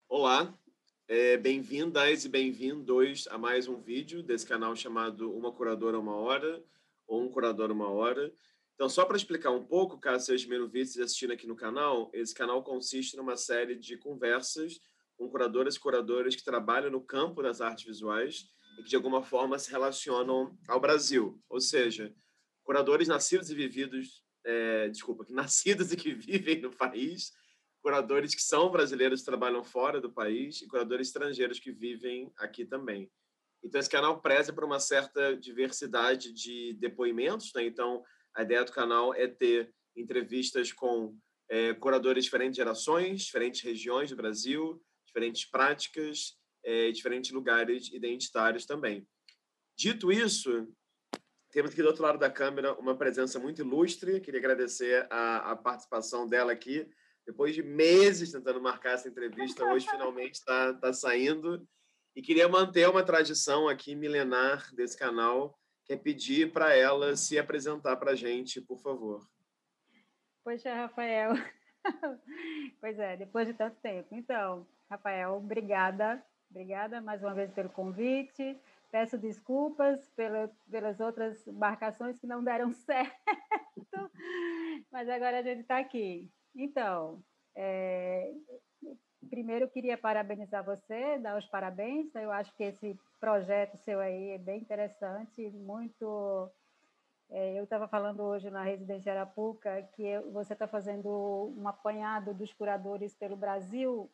Olá, bem-vindas e bem-vindos a mais um vídeo desse canal chamado Uma Curadora Uma Hora, ou Um Curador Uma Hora. Então, só para explicar um pouco, caso vocês primeiro vistos e assistindo aqui no canal, esse canal consiste numa série de conversas com curadoras e curadores que trabalham no campo das artes visuais e que, de alguma forma, se relacionam ao Brasil. Ou seja, curadores nascidos e vividos, que nascidos e que vivem no país, curadores que são brasileiros que trabalham fora do país e curadores estrangeiros que vivem aqui também. Então, esse canal preza por uma certa diversidade de depoimentos, né? Então, a ideia do canal é ter entrevistas com curadores de diferentes gerações, diferentes regiões do Brasil, diferentes práticas, diferentes lugares identitários também. Dito isso, temos aqui do outro lado da câmera uma presença muito ilustre. Queria agradecer a participação dela aqui. Depois de meses tentando marcar essa entrevista, hoje finalmente está saindo. E queria manter uma tradição aqui milenar desse canal, que é pedir para ela se apresentar para a gente, por favor. Poxa, Rafael. Pois é, depois de tanto tempo. Então, Rafael, obrigada. Obrigada mais uma vez pelo convite. Peço desculpas pelas outras marcações que não deram certo, mas agora a gente está aqui. Então, primeiro eu queria parabenizar você, dar os parabéns. Eu acho que esse projeto seu aí é bem interessante, muito. Eu estava falando hoje na Residência Arapuca que você está fazendo um apanhado dos curadores pelo Brasil,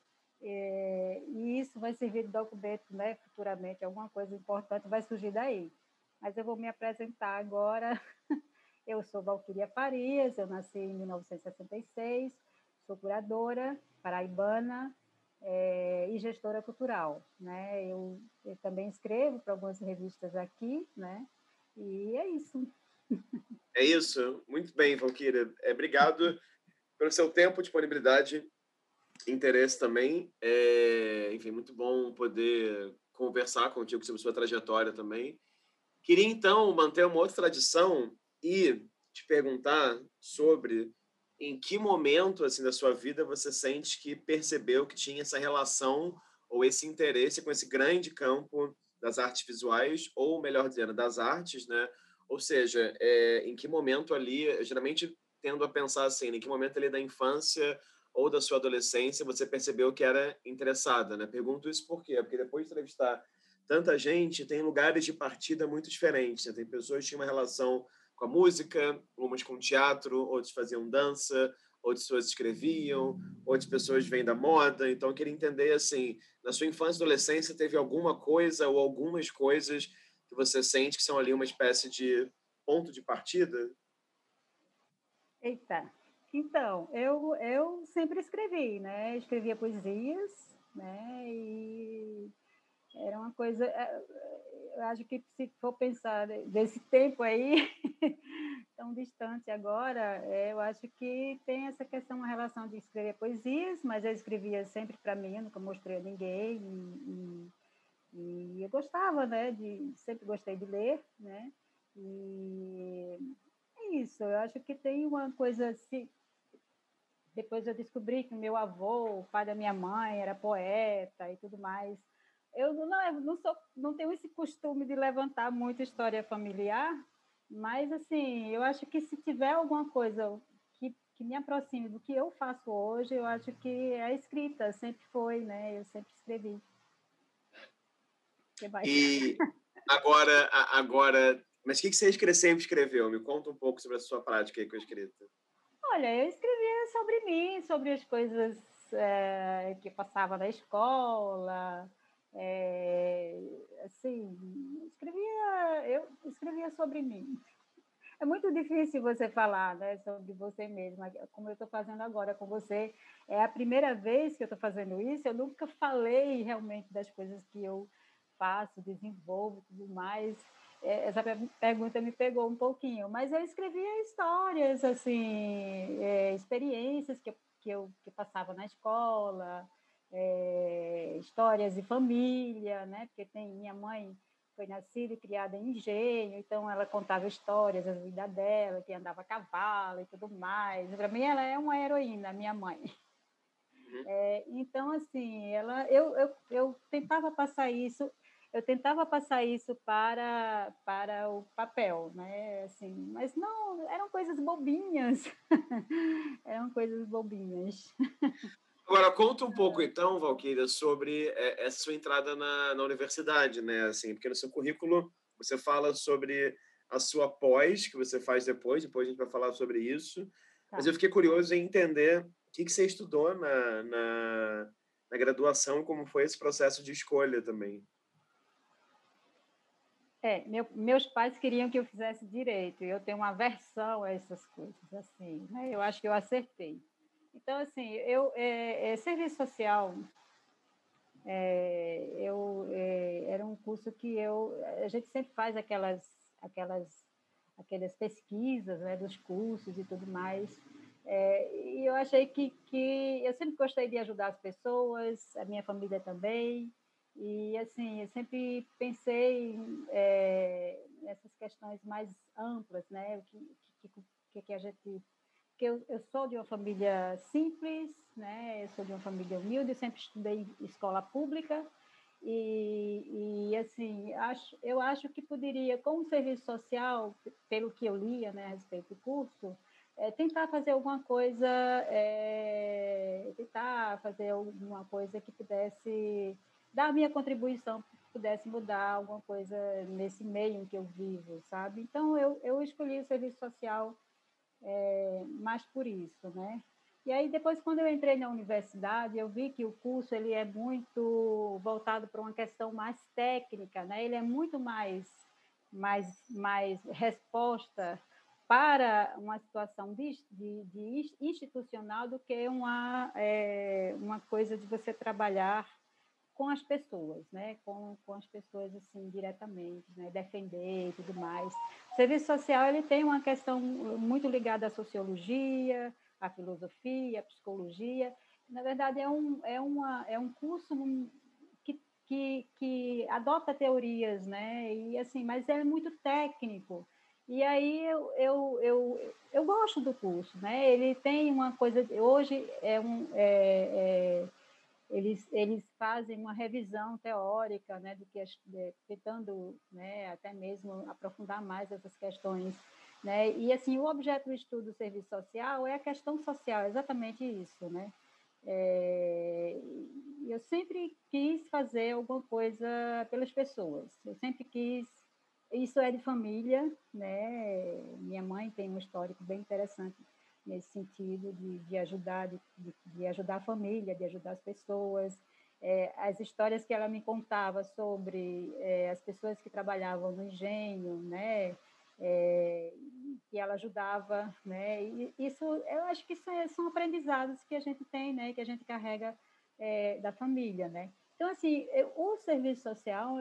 e isso vai servir de documento, né, futuramente, alguma coisa importante vai surgir daí. Mas eu vou me apresentar agora. Eu sou Valquíria Farias, eu nasci em 1966, sou curadora paraibana, e gestora cultural, né? Eu também escrevo para algumas revistas aqui, né? E é isso. É isso? Muito bem, Valquíria. Obrigado pelo seu tempo, disponibilidade, interesse também. Enfim, muito bom poder conversar contigo sobre sua trajetória também. Queria, então, manter uma outra tradição e te perguntar sobre em que momento assim da sua vida você sente que percebeu que tinha essa relação ou esse interesse com esse grande campo das artes visuais, ou melhor dizendo, das artes, né? Ou seja, em que momento ali, eu geralmente tendo a pensar assim, em que momento ali da infância ou da sua adolescência você percebeu que era interessada, né? Pergunto isso por quê? Porque depois de entrevistar tanta gente, tem lugares de partida muito diferentes, né? Tem pessoas que tinham uma relação com a música, umas com teatro, outros faziam dança, outras pessoas escreviam, outras pessoas vêm da moda. Então, eu queria entender, assim, na sua infância e adolescência, teve alguma coisa ou algumas coisas que você sente que são ali uma espécie de ponto de partida? Eita. Então, eu sempre escrevi, né? Escrevia poesias, né? E era uma coisa. Eu acho que se for pensar desse tempo aí, tão distante agora, eu acho que tem essa questão, uma relação de escrever poesias, mas eu escrevia sempre para mim, eu nunca mostrei a ninguém, e eu gostava, né? Sempre gostei de ler, né? E é isso, eu acho que tem uma coisa assim. Depois eu descobri que o meu avô, o pai da minha mãe, era poeta e tudo mais. Eu não tenho esse costume de levantar muita história familiar, mas assim, eu acho que se tiver alguma coisa que me aproxime do que eu faço hoje, eu acho que é a escrita, sempre foi, né? Eu sempre escrevi. Que mais? E agora, mas o que você sempre escreveu? Me conta um pouco sobre a sua prática aí com a escrita. Olha, eu escrevia sobre mim, sobre as coisas que eu passava na escola, é, assim, eu escrevia sobre mim. É muito difícil você falar, né, sobre você mesma, como eu estou fazendo agora com você. É a primeira vez que eu estou fazendo isso, eu nunca falei realmente das coisas que eu faço, desenvolvo e tudo mais. Essa pergunta me pegou um pouquinho, mas eu escrevia histórias, assim, experiências que eu passava na escola, histórias de família, né? Porque tem minha mãe foi nascida e criada em Engenho, então ela contava histórias da vida dela, que andava a cavalo e tudo mais. Para mim, ela é uma heroína, minha mãe. Uhum. Então, assim, eu tentava passar isso, para o papel, né? Assim, mas não, eram coisas bobinhas, eram coisas bobinhas. Agora, conta um pouco, então, Valquíria, sobre essa sua entrada na universidade, né? Assim, porque no seu currículo você fala sobre a sua pós, que você faz depois a gente vai falar sobre isso, mas Tá. eu fiquei curioso em entender o que você estudou na graduação, como foi esse processo de escolha também. Meus pais queriam que eu fizesse direito, e eu tenho uma aversão a essas coisas, assim, né? Eu acho que eu acertei. Então, assim, serviço social, era um curso que a gente sempre faz aquelas pesquisas, né, dos cursos e tudo mais. E eu achei que eu sempre gostei de ajudar as pessoas, a minha família também, e assim, eu sempre pensei nessas questões mais amplas, né? Que a gente que eu sou de uma família simples, né? Eu sou de uma família humilde, sempre estudei em escola pública assim, eu acho que poderia, como serviço social, pelo que eu lia, né, a respeito do curso, tentar fazer alguma coisa, que pudesse dar a minha contribuição, que pudesse mudar alguma coisa nesse meio em que eu vivo, sabe? Então, eu escolhi o serviço social mais por isso, né? E aí depois, quando eu entrei na universidade, eu vi que o curso ele é muito voltado para uma questão mais técnica, né? Ele é muito mais resposta para uma situação de institucional do que uma coisa de você trabalhar com as pessoas, né? Com as pessoas assim diretamente, né? Defender e tudo mais. O serviço social ele tem uma questão muito ligada à sociologia, à filosofia, à psicologia. Na verdade é um curso que adota teorias, né? E assim, mas é muito técnico. E aí eu gosto do curso, né? Ele tem uma coisa hoje eles fazem uma revisão teórica, né, tentando, né, até mesmo aprofundar mais essas questões, né? E assim, o objeto do estudo do serviço social é a questão social, é exatamente isso, né? Eu sempre quis fazer alguma coisa pelas pessoas. Eu sempre quis. Isso é de família, né? Minha mãe tem um histórico bem interessante nesse sentido de ajudar, de ajudar a família, de ajudar as pessoas. As histórias que ela me contava sobre as pessoas que trabalhavam no engenho, né? Que ela ajudava, né? E isso, eu acho que são aprendizados que a gente tem, né? Que a gente carrega da família, né? Então, assim, o serviço social,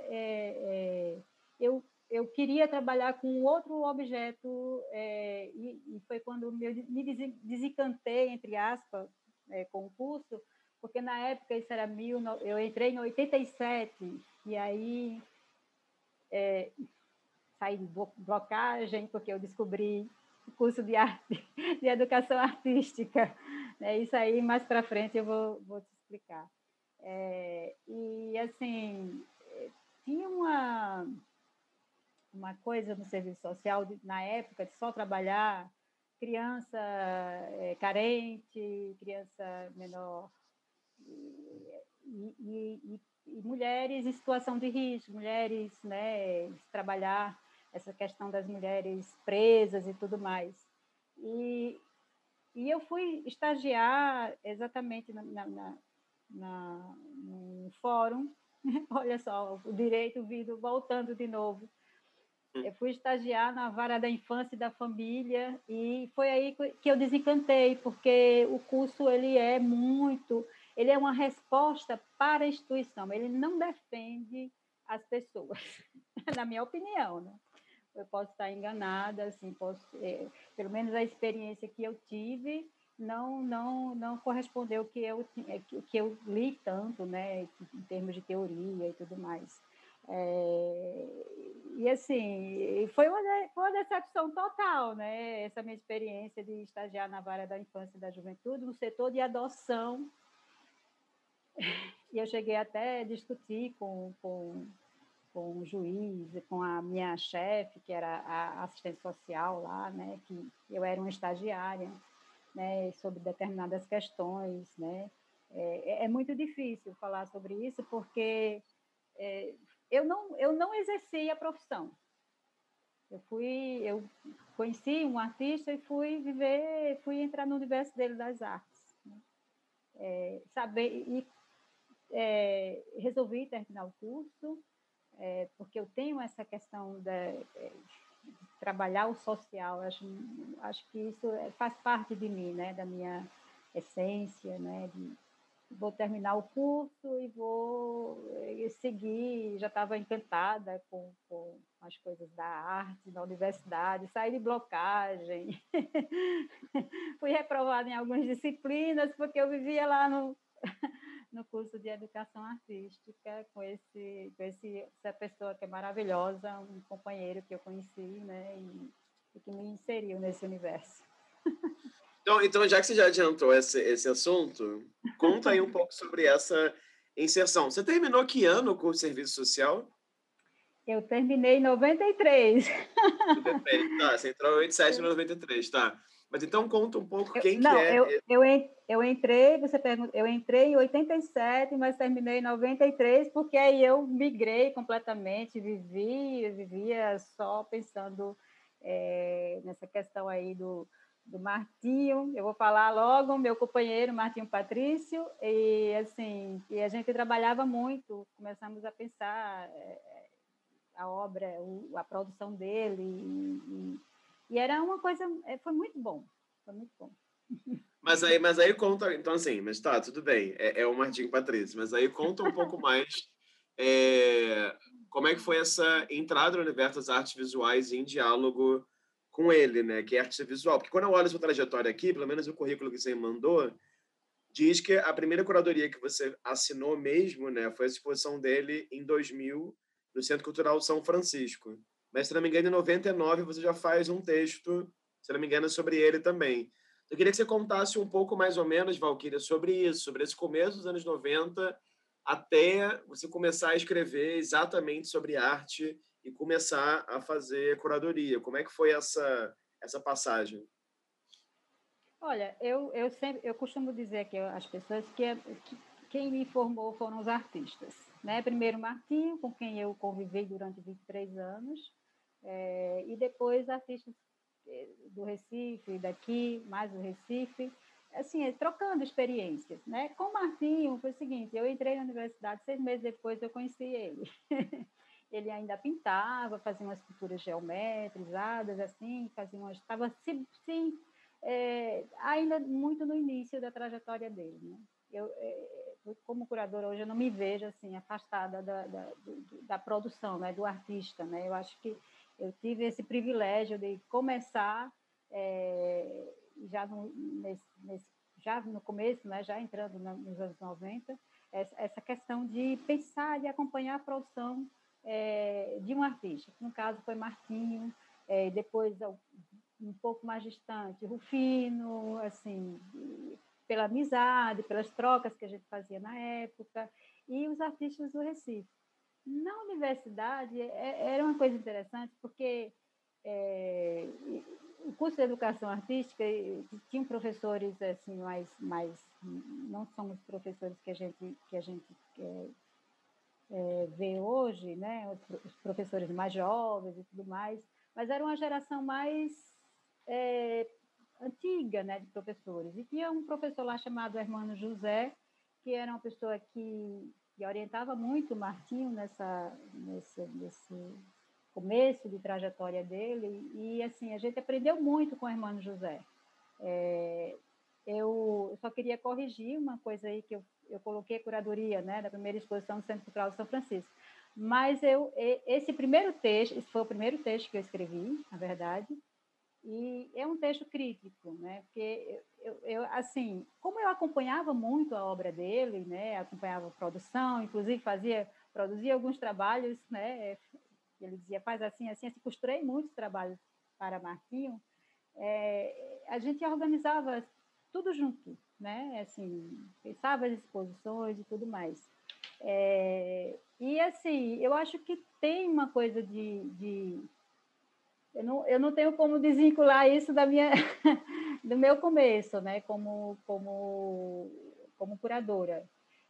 eu queria trabalhar com outro objeto e foi quando eu me desencantei, entre aspas, com o curso, porque na época isso era eu entrei em 87 e aí saí de blocagem porque eu descobri o curso de arte, de educação artística, né? Isso aí mais para frente eu vou te explicar. E assim tinha uma coisa no serviço social na época de só trabalhar criança carente, criança menor e mulheres em situação de risco, mulheres, né, trabalhar essa questão das mulheres presas e tudo mais. E, e eu fui estagiar exatamente no fórum, olha só, o direito vindo, voltando de novo. Eu fui estagiar na vara da infância e da família e foi aí que eu desencantei, porque o curso ele é uma resposta para a instituição, ele não defende as pessoas, na minha opinião, né? Eu posso estar enganada, assim, pelo menos a experiência que eu tive não correspondeu ao que eu li tanto, né, em termos de teoria e tudo mais. E, assim, foi uma decepção total, né? Essa minha experiência de estagiar na vara da infância e da juventude, no setor de adoção. E eu cheguei até a discutir com o juiz, com a minha chefe, que era a assistente social lá, né? Que eu era uma estagiária, né? Sobre determinadas questões, né? É muito difícil falar sobre isso, porque eu não exerci a profissão. Eu conheci um artista e fui entrar no universo dele das artes, né? Resolvi terminar o curso, porque eu tenho essa questão de trabalhar o social. Acho que isso faz parte de mim, né? Da minha essência, né? Vou terminar o curso e vou seguir. Já estava encantada com as coisas da arte, da universidade, saí de blocagem. Fui reprovada em algumas disciplinas, porque eu vivia lá no curso de educação artística com essa pessoa que é maravilhosa, um companheiro que eu conheci, né, e que me inseriu nesse universo. Então, já que você já adiantou esse assunto, conta aí um pouco sobre essa inserção. Você terminou que ano o curso de serviço social? Eu terminei em 93. 93, tá. Você entrou em 87 e 93, tá. Mas então conta um pouco quem que Não, é... eu entrei, você pergunta, eu entrei em 87, mas terminei em 93, porque aí eu migrei completamente, vivia só pensando nessa questão aí do Martinho. Eu vou falar logo, meu companheiro Martinho Patrício, e assim, e a gente trabalhava muito, começamos a pensar a obra, a produção dele, e era uma coisa, foi muito bom, foi muito bom. Mas aí conta, então assim, mas tá, tudo bem, é o Martinho Patrício, mas aí conta um pouco mais como é que foi essa entrada no universo das artes visuais em diálogo com ele, né, que é artista visual. Porque quando eu olho a sua trajetória aqui, pelo menos o currículo que você me mandou, diz que a primeira curadoria que você assinou mesmo, né, foi a exposição dele em 2000 no Centro Cultural São Francisco. Mas, se não me engano, em 99 você já faz um texto, se não me engano, sobre ele também. Eu queria que você contasse um pouco mais ou menos, Valquíria, sobre isso, sobre esse começo dos anos 90 até você começar a escrever exatamente sobre arte e começar a fazer curadoria. Como é que foi essa passagem? Olha, eu costumo dizer que as pessoas que quem me formou foram os artistas, né? Primeiro Martinho, com quem eu convivi durante 23 anos, e depois artistas do Recife, daqui, mais do Recife, assim, trocando experiências, né? Com o Martinho foi o seguinte, eu entrei na universidade, 6 meses depois eu conheci ele. Ele ainda pintava, fazia umas pinturas geometrizadas, assim, estava sim, ainda muito no início da trajetória dele, né? Como curadora hoje, eu não me vejo assim afastada da produção, né, do artista, né? Eu acho que eu tive esse privilégio de começar já já no começo, né, já entrando nos anos 90, essa questão de pensar, de acompanhar a produção de um artista, que no caso foi Martinho, depois um pouco mais distante, Rufino, assim, pela amizade, pelas trocas que a gente fazia na época, e os artistas do Recife. Na universidade era uma coisa interessante, porque o curso de educação artística tinha professores assim mais não são os professores que a gente vê hoje, né, os professores mais jovens e tudo mais, mas era uma geração mais antiga, né, de professores. E tinha um professor lá chamado Hermano José, que era uma pessoa que orientava muito o Martinho nesse começo de trajetória dele, e assim, a gente aprendeu muito com o Hermano José. Eu só queria corrigir uma coisa aí que eu coloquei a curadoria, né, da primeira exposição do Centro Cultural de São Francisco. Mas esse foi o primeiro texto que eu escrevi, na verdade, E é um texto crítico, né? Porque assim, como eu acompanhava muito a obra dele, né? Acompanhava a produção, inclusive produzia alguns trabalhos, né? Ele dizia, faz assim, assim, assim. Costurei muitos trabalhos para Martinho. A gente organizava tudo junto, né? Assim, pensava as exposições e tudo mais. E assim, eu acho que tem uma coisa eu não tenho como desvincular isso do meu começo, né? Como curadora.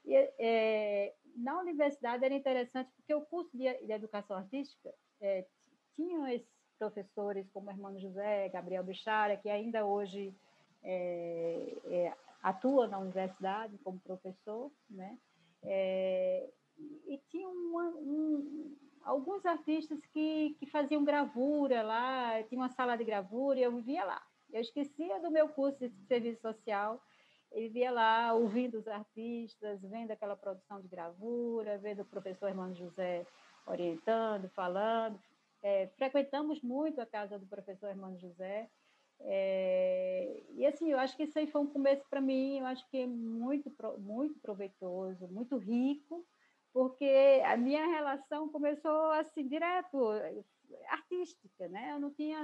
Na universidade era interessante porque o curso de educação artística tinha esses professores como Hermano José, Gabriel Bichara, que ainda hoje atua na universidade como professor, né? E tinha alguns artistas que faziam gravura lá, tinha uma sala de gravura e eu vivia lá. Eu esquecia do meu curso de serviço social, eu via lá ouvindo os artistas, vendo aquela produção de gravura, vendo o professor Hermano José orientando, falando. Frequentamos muito a casa do professor Hermano José. E assim, eu acho que isso aí foi um começo para mim, eu acho que é muito proveitoso, muito rico, porque a minha relação começou assim, direto, artística, né? Eu não tinha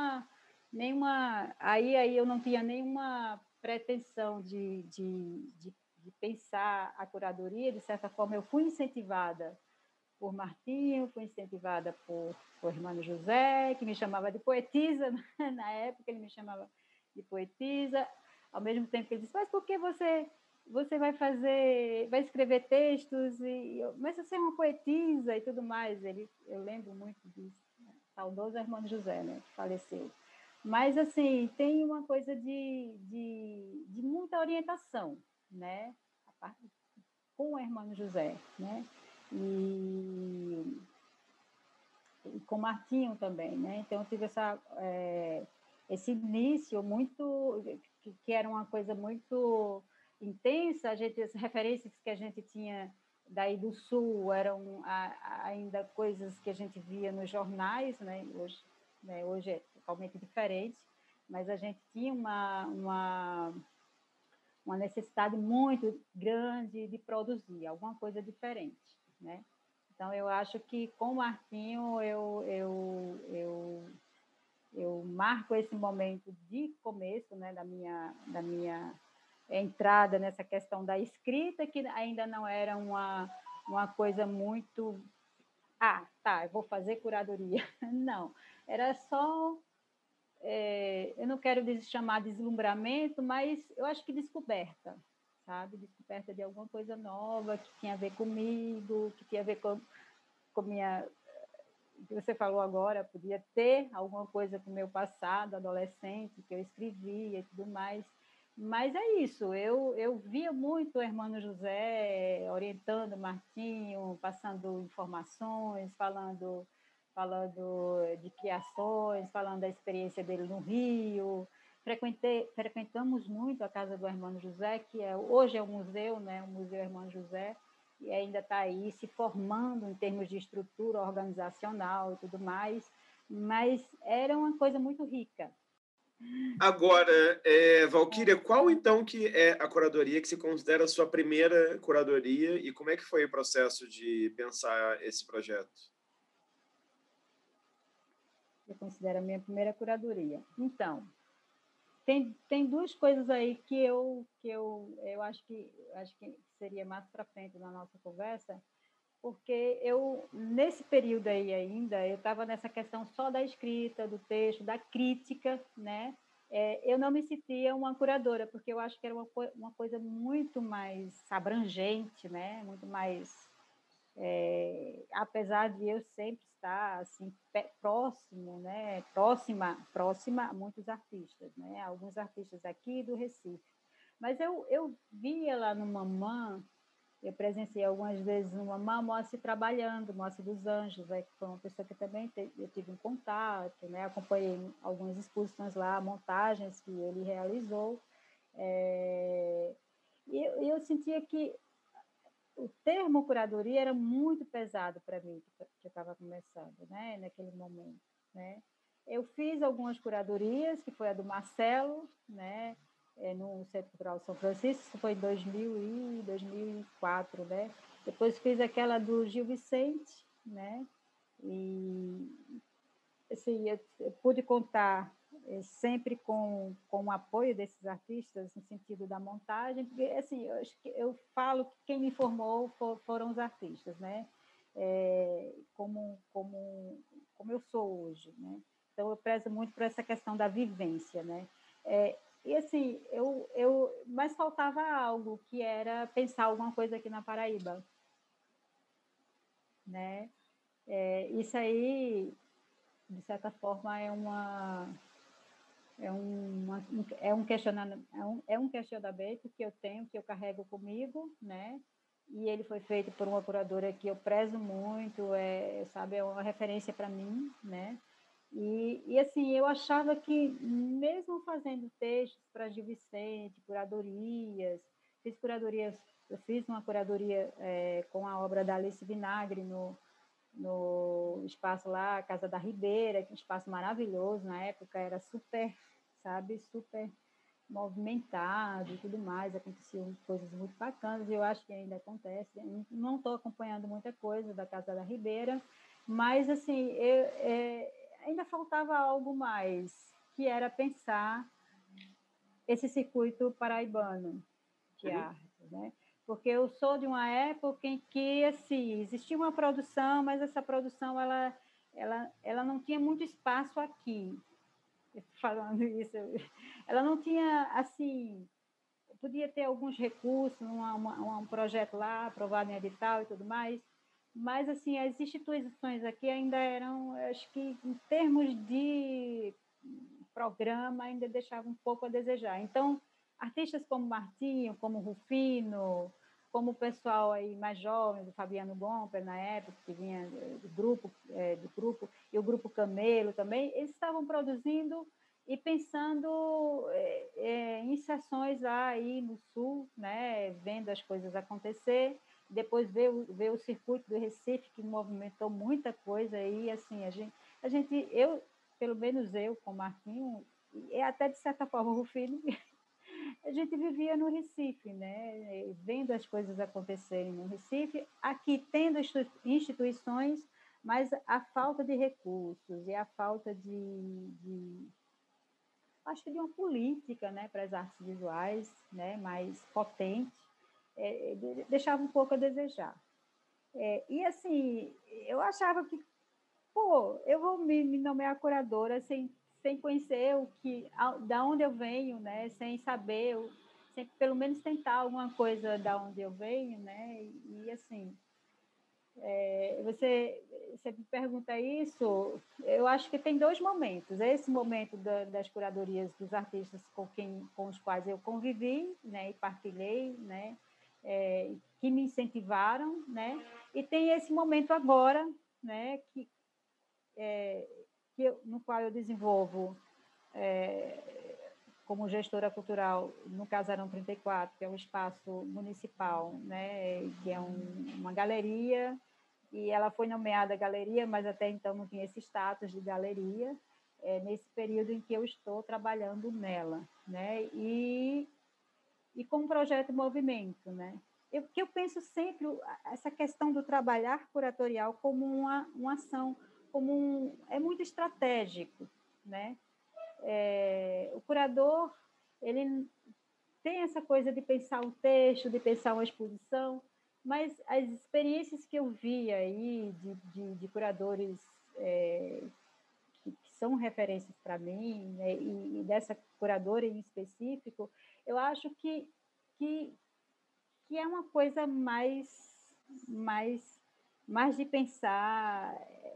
aí eu não tinha nenhuma pretensão de pensar a curadoria, de certa forma eu fui incentivada por Martinho, fui incentivada por Hermano José, que me chamava de poetisa, na época ele me chamava de poetisa, ao mesmo tempo que ele disse, mas por que você vai escrever textos, mas você é uma poetisa e tudo mais. Eu lembro muito disso, né? Saudoso Hermano José, né, que faleceu. Mas, assim, tem uma coisa de muita orientação, né, com o Hermano José, né, e com Martinho também, né? Então eu tive esse início muito que era uma coisa muito intensa. As referências que a gente tinha daí do Sul eram ainda coisas que a gente via nos jornais, né? Hoje é totalmente diferente, mas a gente tinha uma necessidade muito grande de produzir alguma coisa diferente, né? Então, eu acho que com o Martinho eu marco esse momento de começo, né, da minha entrada nessa questão da escrita, que ainda não era uma coisa muito... tá, eu vou fazer curadoria. Não, era só... eu não quero chamar de deslumbramento, mas eu acho que descoberta, sabe? Descoberta de alguma coisa nova que tinha a ver comigo, que tinha a ver com minha... que você falou agora, podia ter alguma coisa com o meu passado, adolescente, que eu escrevia e tudo mais. Mas é isso, eu via muito o Hermano José orientando o Martinho, passando informações, falando de criações, falando da experiência dele no Rio. Frequentamos muito a casa do Hermano José, que hoje é um museu, né? O Museu Hermano José, e ainda está aí se formando em termos de estrutura organizacional e tudo mais, mas era uma coisa muito rica. Agora, Valquíria, qual então que é a curadoria que se considera a sua primeira curadoria e como é que foi o processo de pensar esse projeto? Eu considero a minha primeira curadoria. Então, tem duas coisas aí que eu acho que seria mais para frente na nossa conversa, porque nesse período aí ainda, eu estava nessa questão só da escrita, do texto, da crítica, né? Eu não me sentia uma curadora, porque eu acho que era uma coisa muito mais abrangente, né? Muito mais... apesar de eu sempre estar assim próximo, né, próxima a muitos artistas, né, alguns artistas aqui do Recife, mas eu via lá no Mamã, eu presenciei algumas vezes no Mamã, Moacir trabalhando, Moacir dos Anjos, que foi uma pessoa que também eu tive um contato, né, acompanhei algumas exposições lá, montagens que ele realizou, e eu sentia que o termo curadoria era muito pesado para mim, que eu estava começando, né, naquele momento, né? Eu fiz algumas curadorias, que foi a do Marcelo, né, no Centro Cultural São Francisco, isso foi em 2004, né? Depois fiz aquela do Gil Vicente, né? E assim, eu pude contar sempre com o apoio desses artistas no sentido da montagem, porque assim, eu falo que quem me formou foram os artistas, né? Como eu sou hoje, né? Então eu prezo muito por essa questão da vivência, né? E assim, mas faltava algo, que era pensar alguma coisa aqui na Paraíba, né? Isso aí, de certa forma, é um questionamento que eu tenho, que eu carrego comigo, né? E ele foi feito por uma curadora que eu prezo muito, sabe, é uma referência para mim, né? E assim, eu achava que, mesmo fazendo textos para Gil Vicente, curadorias, eu fiz uma curadoria com a obra da Alice Vinagre no espaço lá, Casa da Ribeira, que é um espaço maravilhoso, na época era super, sabe, super movimentado e tudo mais, aconteciam coisas muito bacanas, e eu acho que ainda acontece. Não estou acompanhando muita coisa da Casa da Ribeira, mas assim, ainda faltava algo mais, que era pensar esse circuito paraibano de arte, né? Porque eu sou de uma época em que assim, existia uma produção, mas essa produção ela não tinha muito espaço aqui. Falando isso, ela não tinha assim, podia ter alguns recursos, um projeto lá aprovado em edital e tudo mais, mas assim, as instituições aqui ainda eram, acho que em termos de programa, ainda deixavam um pouco a desejar. Então, artistas como Martinho, como Rufino, como o pessoal aí mais jovem, do Fabiano Gomper, na época, que vinha do grupo, e o Grupo Camelo também, eles estavam produzindo e pensando em sessões lá aí no Sul, né, vendo as coisas acontecer. Depois ver o circuito do Recife, que movimentou muita coisa aí, assim, pelo menos eu, com o Marquinho, e até de certa forma o Rufino, a gente vivia no Recife, né? Vendo as coisas acontecerem no Recife, aqui tendo instituições, mas a falta de recursos e a falta acho que de uma política, né, para as artes visuais, né, mais potente, deixava um pouco a desejar. E assim, eu achava que, pô, eu vou me nomear curadora sem conhecer da onde eu venho, né? Sem saber, sem pelo menos tentar alguma coisa da onde eu venho, né? E assim, você me pergunta isso, eu acho que tem dois momentos. Esse momento das curadorias dos artistas com os quais eu convivi, né? E partilhei, né? Que me incentivaram, né? E tem esse momento agora, né? No qual eu desenvolvo como gestora cultural no Casarão 34, que é um espaço municipal, né, que é uma galeria, e ela foi nomeada galeria, mas até então não tinha esse status de galeria, nesse período em que eu estou trabalhando nela, né, e com o projeto Movimento, né. Eu penso sempre essa questão do trabalhar curatorial como uma ação, é muito estratégico, né? O curador, ele tem essa coisa de pensar um texto, de pensar uma exposição, mas as experiências que eu vi aí de curadores que são referências para mim, né, e dessa curadora em específico, eu acho que, que é uma coisa mais, mais de pensar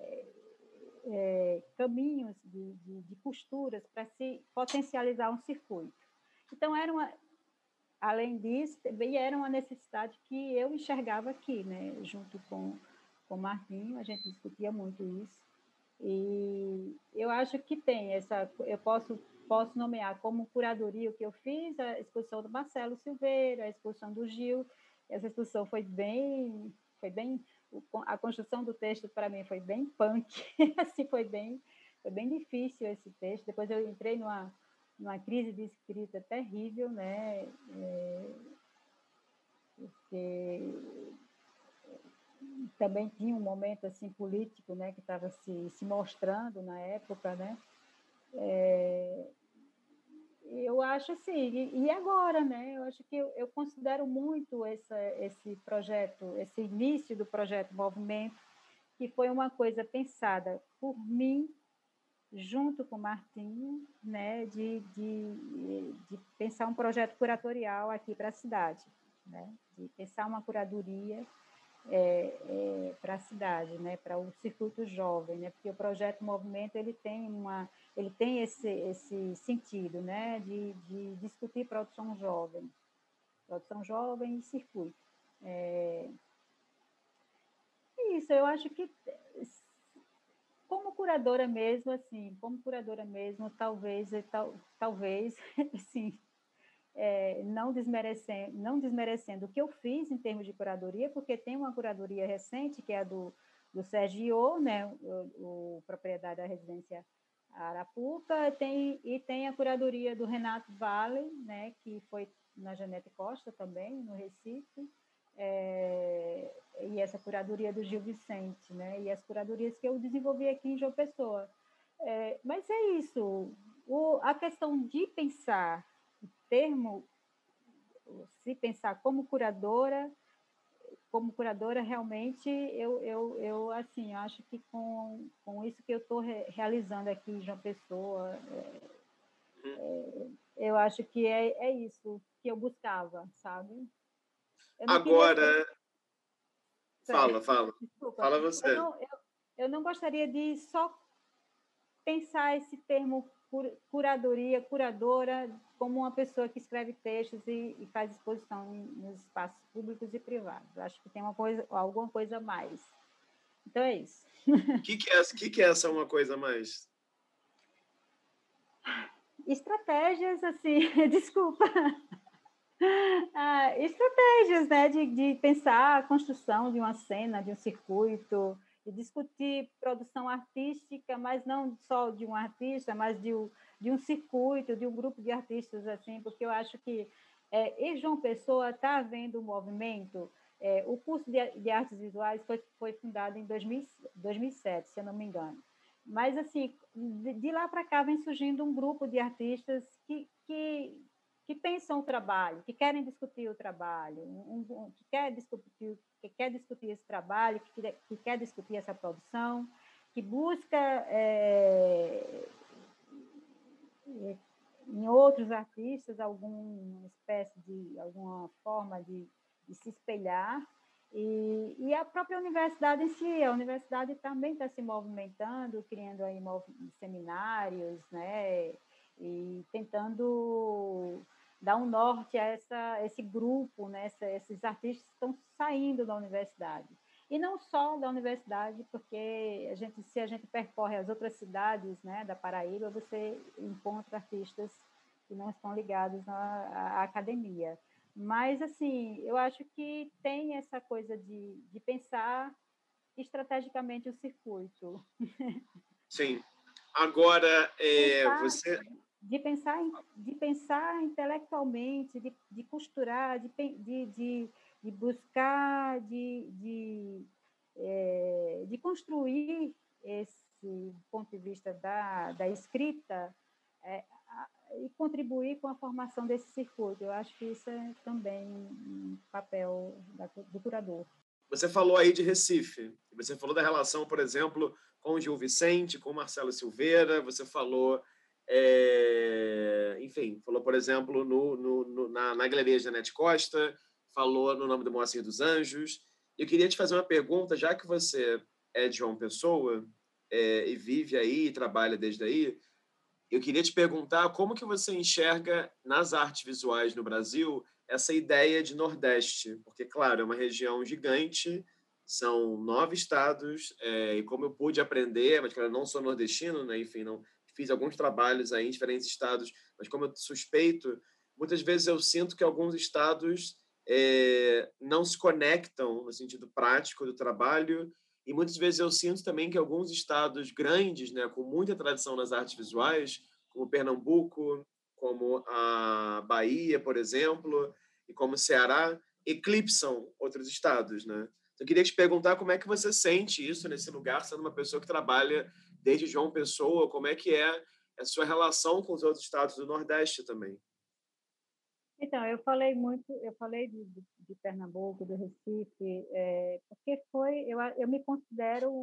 caminhos de costuras para se potencializar um circuito. Então, além disso, também era uma necessidade que eu enxergava aqui, né? Junto com o Marquinho, a gente discutia muito isso. E eu acho que eu posso nomear como curadoria o que eu fiz, a exposição do Marcelo Silveira, a exposição do Gil. Essa exposição a construção do texto para mim foi bem punk, assim, foi bem foi bem difícil esse texto. Depois eu entrei numa crise de escrita terrível, né? Porque também tinha um momento assim político, né, que estava se mostrando na época, né? Eu acho assim, e agora, né? Eu acho que eu considero muito esse projeto, esse início do projeto Movimento, que foi uma coisa pensada por mim, junto com o Martinho, né, de pensar um projeto curatorial aqui para a cidade, né? De pensar uma curadoria para a cidade, né, para o circuito jovem, né, porque o projeto Movimento ele tem esse sentido, né, de discutir produção jovem e circuito. Isso, eu acho que como curadora mesmo, talvez, assim, não desmerecendo o que eu fiz em termos de curadoria, porque tem uma curadoria recente, que é a do Sergio, né, o proprietário da residência Arapuca, e tem a curadoria do Renato Vale, né, que foi na Janete Costa também, no Recife, e essa curadoria do Gil Vicente, né, e as curadorias que eu desenvolvi aqui em João Pessoa. Mas é isso, a questão de pensar termo, se pensar como curadora realmente eu assim acho que com isso que eu estou realizando aqui em João Pessoa, eu acho que é isso que eu buscava, sabe? Eu não queria Agora, fala desculpa, você. eu não gostaria de só pensar esse termo curadora, como uma pessoa que escreve textos e faz exposição nos espaços públicos e privados. Acho que tem alguma coisa a mais. Então é isso. Que é essa uma coisa a mais? Estratégias, assim, desculpa. Estratégias, né, de pensar a construção de uma cena, de um circuito, de discutir produção artística, mas não só de um artista, mas de um circuito, de um grupo de artistas, assim, porque eu acho que em João Pessoa está havendo um movimento. O curso de artes visuais foi fundado em 2007, se eu não me engano. Mas, assim, de lá para cá vem surgindo um grupo de artistas que pensam o trabalho, que querem discutir o trabalho, que quer discutir esse trabalho, que quer discutir essa produção, que busca em outros artistas alguma forma de se espelhar. E a própria universidade em si, a universidade também está se movimentando, criando aí seminários, né, e tentando dar um norte a esse grupo, né, esses artistas que estão saindo da universidade. E não só da universidade, porque se a gente percorre as outras cidades, né, da Paraíba, você encontra artistas que não estão ligados à academia. Mas, assim, eu acho que tem essa coisa de pensar estrategicamente o circuito. Sim. Agora, você... De pensar intelectualmente, de costurar, de buscar, de construir esse ponto de vista da escrita e contribuir com a formação desse circuito. Eu acho que isso é também um papel do curador. Você falou aí de Recife, você falou da relação, por exemplo, com o Gil Vicente, com o Marcelo Silveira, você falou, enfim, falou, por exemplo, na Galeria Janete Costa, falou no nome do Moacir dos Anjos. Eu queria te fazer uma pergunta, já que você é de João Pessoa e vive aí, e trabalha desde aí, eu queria te perguntar como que você enxerga nas artes visuais no Brasil essa ideia de Nordeste, porque, claro, é uma região gigante, são 9 estados, e como eu pude aprender, mas, claro, não sou nordestino, né? Enfim, não fiz alguns trabalhos aí em diferentes estados, mas como eu suspeito, muitas vezes eu sinto que alguns estados não se conectam no sentido prático do trabalho E muitas vezes eu sinto também que alguns estados grandes, né, com muita tradição nas artes visuais, como Pernambuco, como a Bahia, por exemplo, e como o Ceará, eclipsam outros estados, né? Eu queria te perguntar como é que você sente isso nesse lugar, sendo uma pessoa que trabalha desde João Pessoa, como é que é a sua relação com os outros estados do Nordeste também? Então, eu falei de Pernambuco, do Recife, porque eu me considero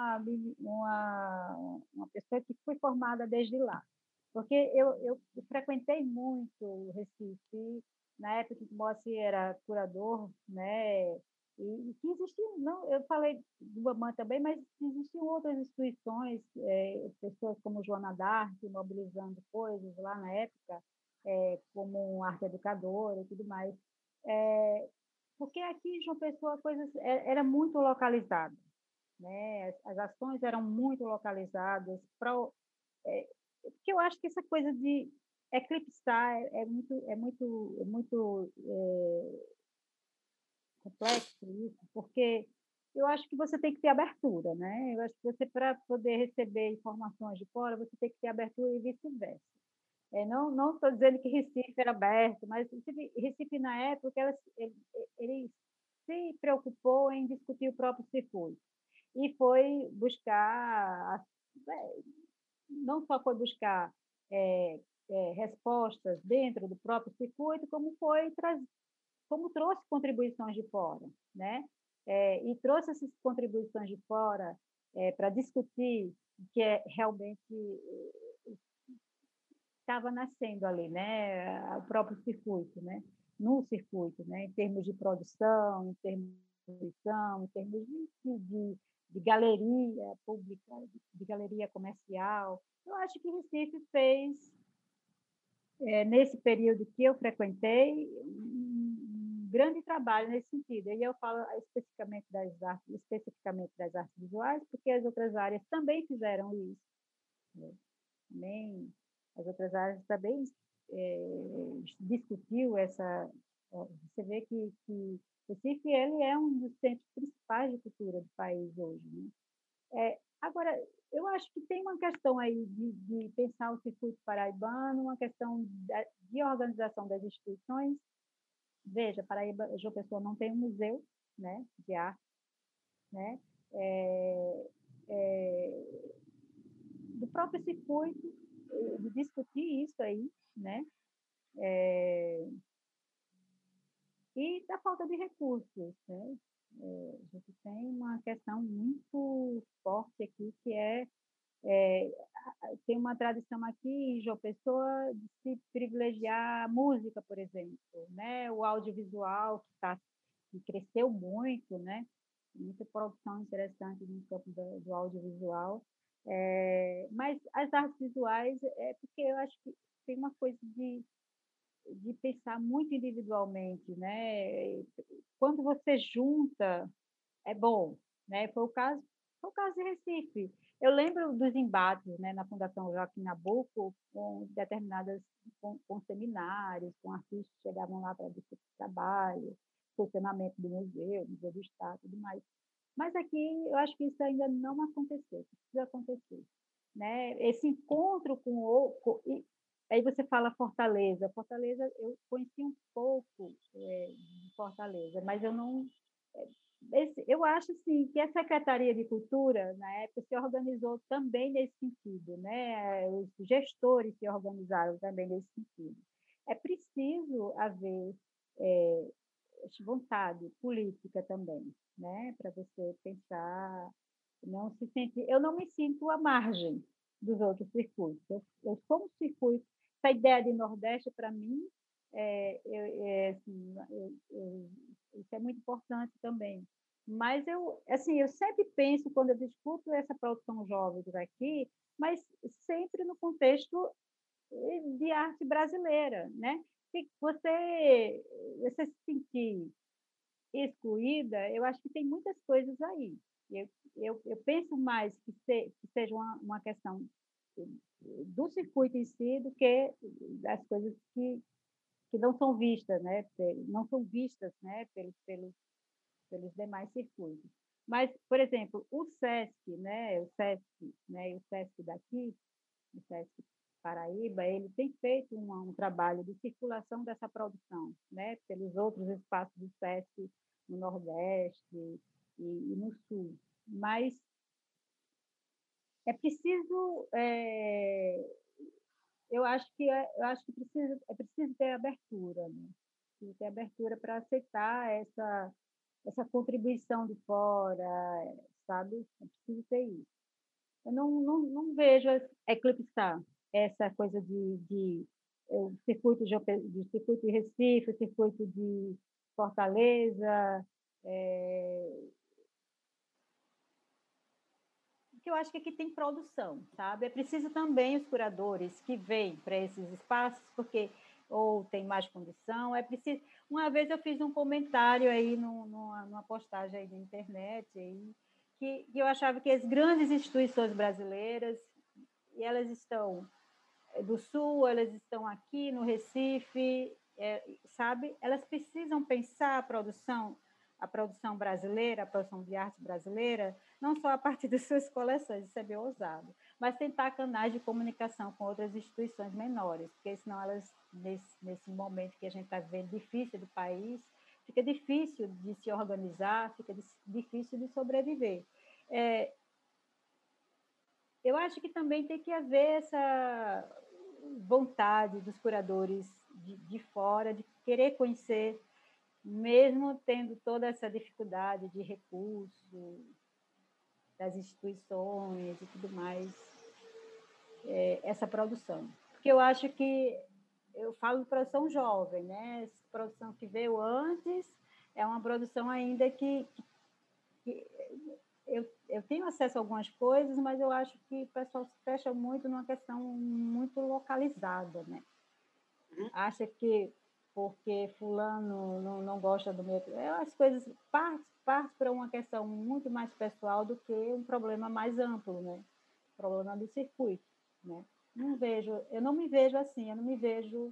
uma pessoa que foi formada desde lá, porque eu frequentei muito o Recife, na época que o Moacir era curador, né, e que existiam, não, eu falei do Bamã também, mas existiam outras instituições, pessoas como Joana d'Arc, mobilizando coisas lá na época, como um arte educadora e tudo mais. É, porque aqui em João Pessoa a coisa era muito localizada, né? As ações eram muito localizadas porque eu acho que essa coisa de eclipsar é muito complexo isso, porque eu acho que você tem que ter abertura, né? Eu acho que você, para poder receber informações de fora, você tem que ter abertura e vice-versa. Não estou dizendo que Recife era aberto, mas Recife na época, ele se preocupou em discutir o próprio circuito e foi buscar, não só foi buscar respostas dentro do próprio circuito, como trouxe contribuições de fora, né? E trouxe essas contribuições de fora para discutir o que é realmente estava nascendo ali, né? O próprio circuito, né? No circuito, né? Em termos de produção, em termos de distribuição, em termos de galeria pública, de galeria comercial. Eu acho que Recife fez, nesse período que eu frequentei, um grande trabalho nesse sentido. E eu falo especificamente das artes visuais, porque as outras áreas também fizeram isso, né? Também as outras áreas também discutiu essa. Você vê que Recife ele é um dos centros principais de cultura do país hoje, né? Agora, eu acho que tem uma questão aí de pensar o circuito paraibano, uma questão de organização das instituições. Veja, Paraíba, João Pessoa não tem um museu, né, de arte, né? É, é, do próprio circuito, de discutir isso aí, né? E da falta de recursos, né? A gente tem uma questão muito forte aqui, que tem uma tradição aqui em João Pessoa de se privilegiar a música, por exemplo, né? O audiovisual que cresceu muito, né? Muita produção interessante no campo do audiovisual. Mas as artes visuais, porque eu acho que tem uma coisa de pensar muito individualmente, né? Quando você junta, é bom, né? Foi o caso de Recife. Eu lembro dos embates, né, na Fundação Joaquim Nabuco, com determinadas com seminários, com artistas que chegavam lá para discutir trabalho, funcionamento do Museu do Estado, e tudo mais. Mas aqui eu acho que isso ainda não aconteceu, precisa acontecer, né? Esse encontro com o aí você fala Fortaleza. Fortaleza, eu conheci um pouco de Fortaleza, mas eu não. Eu acho assim, que a Secretaria de Cultura, na época, se organizou também nesse sentido, né? Os gestores se organizaram também nesse sentido. É preciso haver vontade política também, né? Para você pensar, não se sentir. Eu não me sinto à margem dos outros circuitos. Eu sou um circuito. Essa ideia de Nordeste, para mim, assim, isso é muito importante também. Mas assim, eu sempre penso, quando eu discuto essa produção jovem daqui, mas sempre no contexto de arte brasileira, né? Se você se sentir excluída, eu acho que tem muitas coisas aí. Eu penso mais que seja uma questão do circuito em si do que das coisas que não são vistas, né? Não são vistas, né? Pelos demais circuitos. Mas, por exemplo, o SESC, né, o SESC daqui, o SESC Paraíba, ele tem feito um trabalho de circulação dessa produção, né, pelos outros espaços do SESC no Nordeste e no Sul. Mas é preciso, eu acho que é preciso ter abertura, né? Precisa ter abertura para aceitar essa contribuição de fora, sabe? É preciso ter isso. Eu não vejo eclipsar essa coisa de circuito de Recife, circuito de Fortaleza, que eu acho que aqui tem produção, sabe? É preciso também os curadores que vêm para esses espaços, porque ou tem mais condição, é preciso... Uma vez eu fiz um comentário aí numa postagem aí na internet, aí, que eu achava que as grandes instituições brasileiras, e elas estão do Sul, elas estão aqui no Recife, sabe? Elas precisam pensar a produção brasileira, a produção de arte brasileira, não só a partir das suas coleções, isso é bem ousado, mas tentar canais de comunicação com outras instituições menores, porque senão elas, nesse momento que a gente está vivendo difícil do país, fica difícil de se organizar, fica difícil de sobreviver. Eu acho que também tem que haver essa vontade dos curadores de fora, de querer conhecer, mesmo tendo toda essa dificuldade de recurso das instituições e tudo mais, essa produção. Porque eu acho que, eu falo de produção jovem, né? Essa produção que veio antes é uma produção ainda que eu tenho acesso a algumas coisas, mas eu acho que o pessoal se fecha muito numa questão muito localizada, né? Acha que porque fulano não gosta do meu... As coisas partem para uma questão muito mais pessoal do que um problema mais amplo, né? O problema do circuito, né? Eu não me vejo assim, eu não me vejo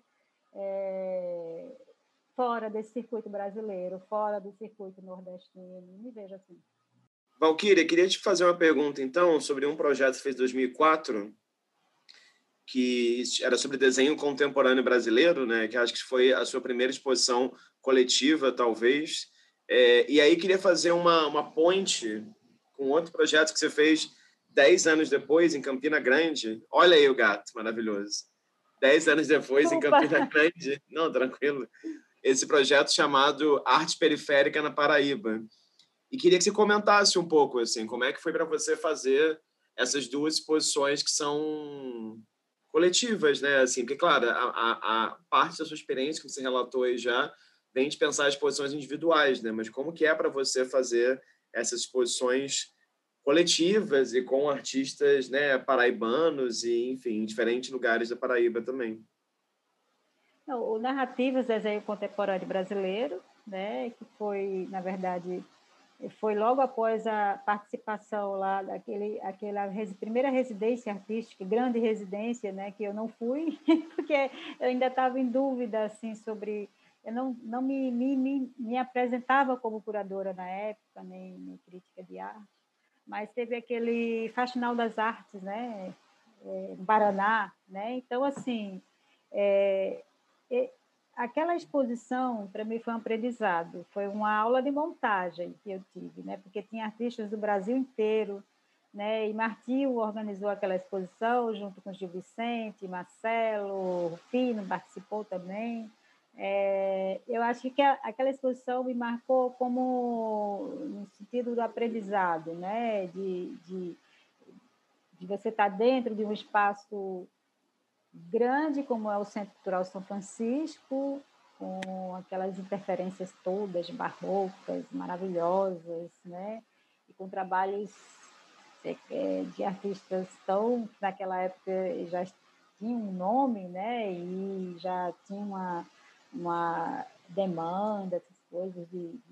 fora desse circuito brasileiro, fora do circuito nordestino, não me vejo assim. Valquíria, queria te fazer uma pergunta, então, sobre um projeto que fez em 2004, que era sobre desenho contemporâneo brasileiro, né? Que acho que foi a sua primeira exposição coletiva, talvez. E aí queria fazer uma ponte com outro projeto que você fez 10 anos depois, em Campina Grande. Olha aí o gato, maravilhoso. 10 anos depois, em Campina Grande. Não, tranquilo. Esse projeto chamado Arte Periférica na Paraíba. E queria que você comentasse um pouco, assim, como é que foi para você fazer essas duas exposições que são coletivas, né? Assim, porque, claro, a parte da sua experiência que você relatou aí já vem de pensar exposições individuais, né? Mas como que é para você fazer essas exposições coletivas e com artistas, né, paraibanos e, enfim, em diferentes lugares da Paraíba também? Não, o Narrativas Desenho Contemporâneo Brasileiro, né, que foi, na verdade, foi logo após a participação lá aquela primeira residência artística, grande residência, né, que eu não fui, porque eu ainda estava em dúvida assim, sobre... Eu não me apresentava como curadora na época, nem crítica de arte, mas teve aquele Faxinal das Artes, né, no Paraná, né? Então, assim, aquela exposição, para mim, foi um aprendizado, foi uma aula de montagem que eu tive, né? Porque tinha artistas do Brasil inteiro, né? E Martinho organizou aquela exposição junto com Gil Vicente, Marcelo, Rufino participou também. Eu acho que aquela exposição me marcou como no sentido do aprendizado, né? De você estar dentro de um espaço grande, como é o Centro Cultural São Francisco, com aquelas interferências todas barrocas, maravilhosas, né? E com trabalhos de artistas tão, naquela época, já tinham um nome, né? E já tinha uma demanda, essas coisas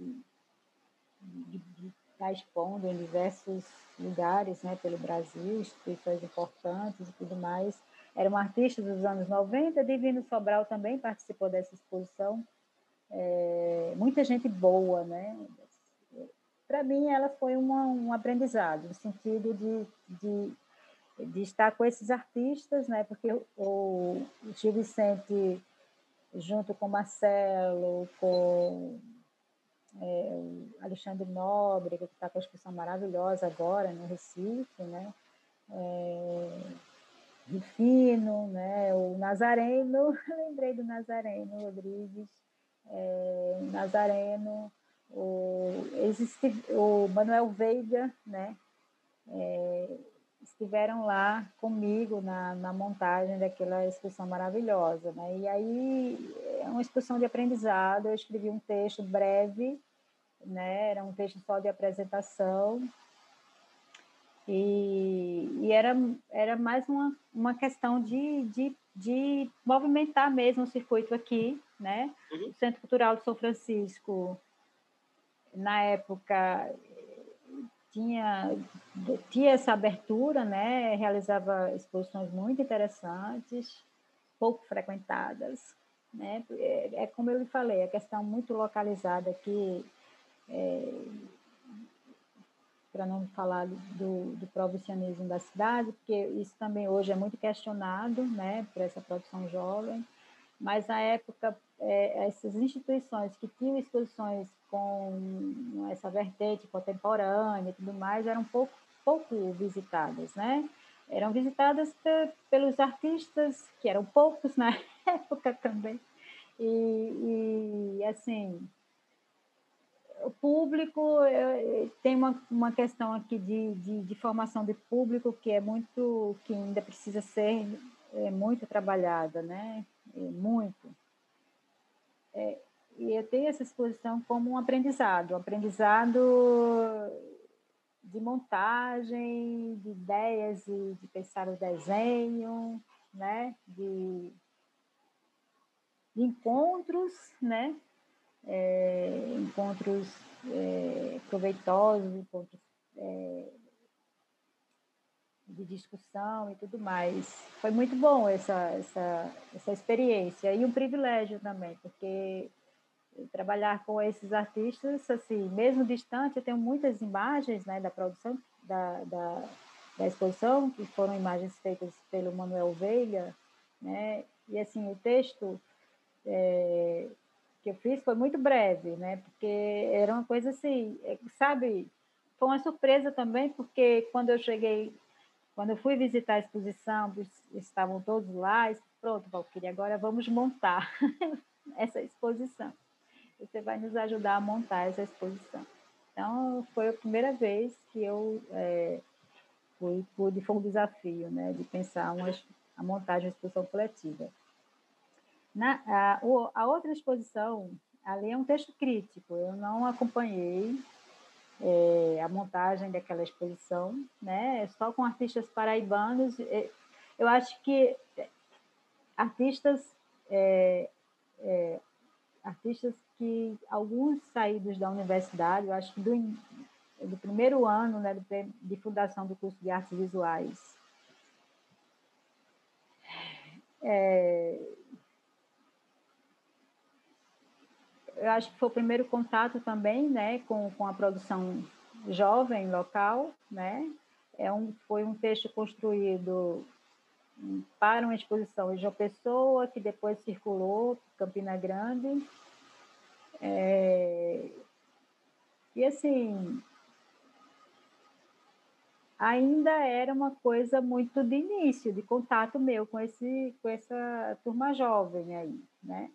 de estar expondo em diversos lugares, né, pelo Brasil, instituições importantes e tudo mais. Era um artista dos anos 90, Divino Sobral também participou dessa exposição. Muita gente boa, né? mim ela foi um aprendizado, no sentido de estar com esses artistas, né? Porque o Gil Vicente, junto com Marcelo, com o Alexandre Nóbrega, que está com a exposição maravilhosa agora no Recife, né? Rufino, né? O Nazareno, lembrei do Nazareno Rodrigues, Nazareno, o Manuel Veiga, né? Estiveram lá comigo na montagem daquela exposição maravilhosa, né? E aí é uma exposição de aprendizado. Eu escrevi um texto breve, né? Era um texto só de apresentação, e era mais uma questão de movimentar mesmo o circuito aqui, né? O Centro Cultural de São Francisco, na época, tinha essa abertura, né? Realizava exposições muito interessantes, pouco frequentadas, né? É como eu lhe falei, a questão muito localizada aqui, para não falar do provincianismo da cidade, porque isso também hoje é muito questionado, né, por essa produção jovem, mas na época essas instituições que tinham exposições com essa vertente contemporânea e tudo mais eram pouco visitadas, né? Eram visitadas pelos artistas, que eram poucos na época também, e assim, o público tem uma questão aqui de formação de público que ainda precisa ser muito trabalhada, né? Muito. E eu tenho essa exposição como um aprendizado de montagem, de ideias e de pensar o desenho, né? De encontros, né? Encontros proveitosos, encontros de discussão e tudo mais. Foi muito bom essa experiência e um privilégio também, porque trabalhar com esses artistas, assim, mesmo distante, eu tenho muitas imagens, né, da produção da exposição, que foram imagens feitas pelo Manuel Veiga, né, e assim, o texto que eu fiz foi muito breve, né? Porque era uma coisa assim, sabe? Foi uma surpresa também, porque quando eu fui visitar a exposição, estavam todos lá, e pronto, Valquíria, agora vamos montar essa exposição. Você vai nos ajudar a montar essa exposição. Então, foi a primeira vez que eu foi um desafio, né? De pensar a montagem de uma exposição coletiva. A outra exposição, ali é um texto crítico, eu não acompanhei a montagem daquela exposição, né? Só com artistas paraibanos. Eu acho que artistas artistas que alguns saídos da universidade, eu acho que do primeiro ano, né, de fundação do curso de artes visuais, eu acho que foi o primeiro contato também, né, com a produção jovem local, né? Foi um texto construído para uma exposição em João Pessoa, que depois circulou para Campina Grande. E assim, ainda era uma coisa muito de início, de contato meu com essa turma jovem aí, né?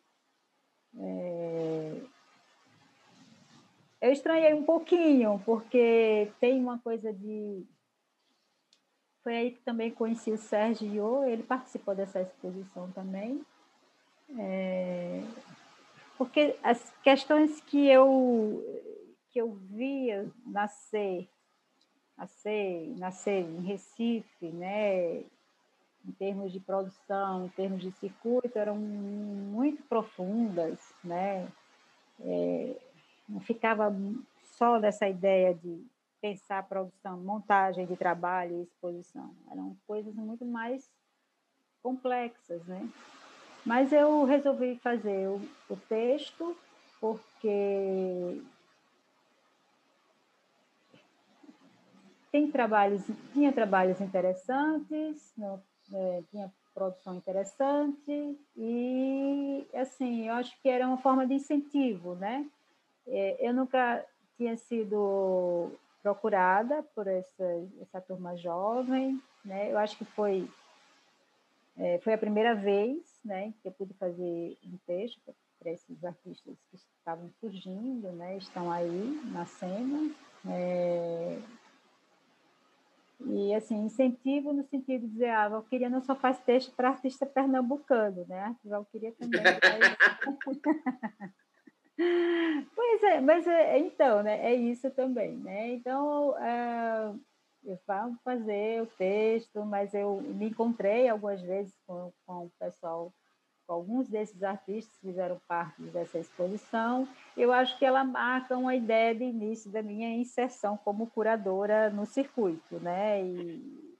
Eu estranhei um pouquinho, porque tem uma coisa de... Foi aí que também conheci o Sérgio, ele participou dessa exposição também. Porque as questões que eu via nascer em Recife, né, em termos de produção, em termos de circuito, eram muito profundas, né? Não ficava só nessa ideia de pensar produção, montagem de trabalho e exposição. Eram coisas muito mais complexas, né? Mas eu resolvi fazer o texto porque tinha trabalhos interessantes, tinha produção interessante e, assim, eu acho que era uma forma de incentivo, né? Eu nunca tinha sido procurada por essa turma jovem, né? Eu acho que foi a primeira vez, né, que eu pude fazer um texto para esses artistas que estavam surgindo, né, estão aí na cena. E, assim, incentivo no sentido de dizer, a Valquíria não só faz texto para artista pernambucano, né? A Valquíria também faz... Pois é, mas então, né? É isso também, né? Então, eu vou fazer o texto, mas eu me encontrei algumas vezes com o pessoal, com alguns desses artistas que fizeram parte dessa exposição. Eu acho que ela marca uma ideia de início da minha inserção como curadora no circuito, né? E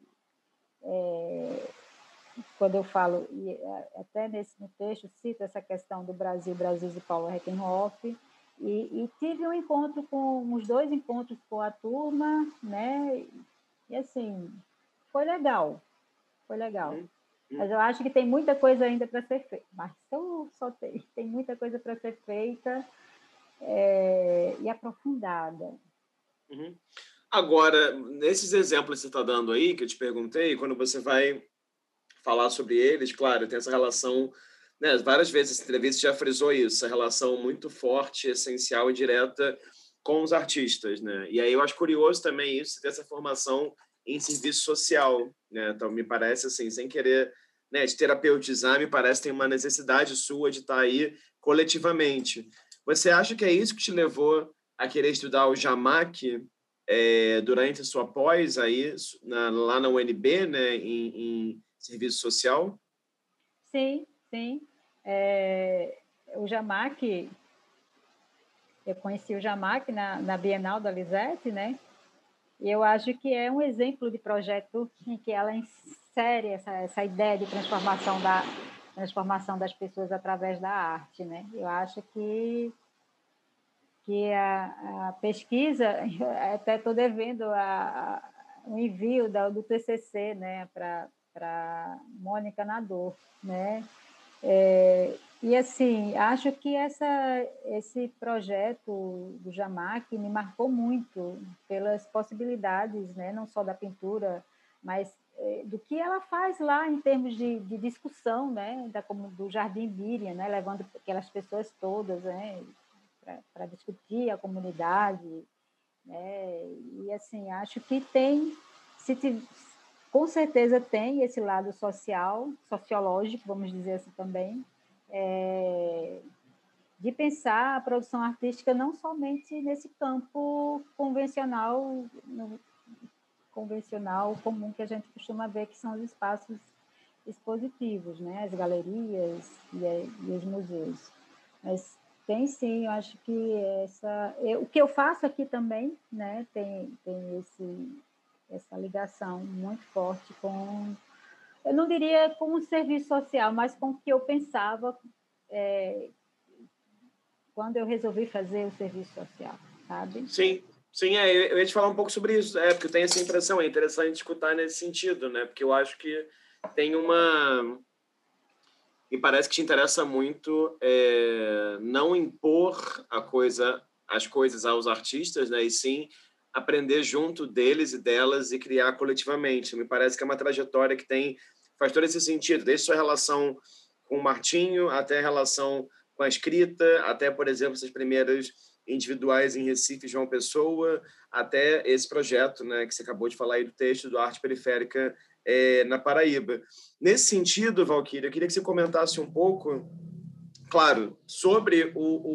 quando eu falo, e até no texto cito essa questão do Brasil de Paulo Reckenhoff, e tive uns 2 encontros com a turma, né? E, assim, foi legal. Mas eu acho que tem muita coisa ainda para ser feita. Mas só tem muita coisa para ser feita e aprofundada. Uhum. Agora, nesses exemplos que você está dando aí, que eu te perguntei, quando você vai falar sobre eles, claro, tem essa relação, né, várias vezes essa entrevista já frisou isso, essa relação muito forte, essencial e direta com os artistas, né? E aí eu acho curioso também isso, dessa formação em serviço social, né? Então, me parece, assim, sem querer, né, de terapeutizar, me parece que tem uma necessidade sua de estar aí coletivamente. Você acha que é isso que te levou a querer estudar o Jamac durante a sua pós aí, lá na UNB, né, em serviço social? Sim, sim. O Jamac, eu conheci o Jamac na Bienal da Lisette, né? E eu acho que é um exemplo de projeto em que ela insere essa ideia de transformação das pessoas através da arte, né? Eu acho que a pesquisa, até estou devendo um envio do TCC, né, para Mônica Nador, né? E, assim, acho que esse projeto do Jamac me marcou muito pelas possibilidades, né, não só da pintura, mas do que ela faz lá em termos de discussão, né, do Jardim Miriam, né, levando aquelas pessoas todas, né, para discutir a comunidade, né? E, assim, acho que com certeza tem esse lado sociológico, vamos dizer assim também, de pensar a produção artística não somente nesse campo convencional comum que a gente costuma ver, que são os espaços expositivos, né? As galerias e os museus. Mas tem sim, eu acho que o que eu faço aqui também, né, tem essa ligação muito forte com, eu não diria com o serviço social, mas com o que eu pensava quando eu resolvi fazer o serviço social, sabe? Sim, sim, eu ia te falar um pouco sobre isso, porque eu tenho essa impressão, é interessante escutar nesse sentido, né? Porque eu acho que tem me parece que te interessa muito não impor as coisas aos artistas, né? E sim aprender junto deles e delas e criar coletivamente. Me parece que é uma trajetória que faz todo esse sentido, desde sua relação com o Martinho até a relação com a escrita, até, por exemplo, essas primeiras individuais em Recife, João Pessoa, até esse projeto, né, que você acabou de falar aí do texto do Arte Periférica na Paraíba. Nesse sentido, Valquíria, eu queria que você comentasse um pouco, claro, sobre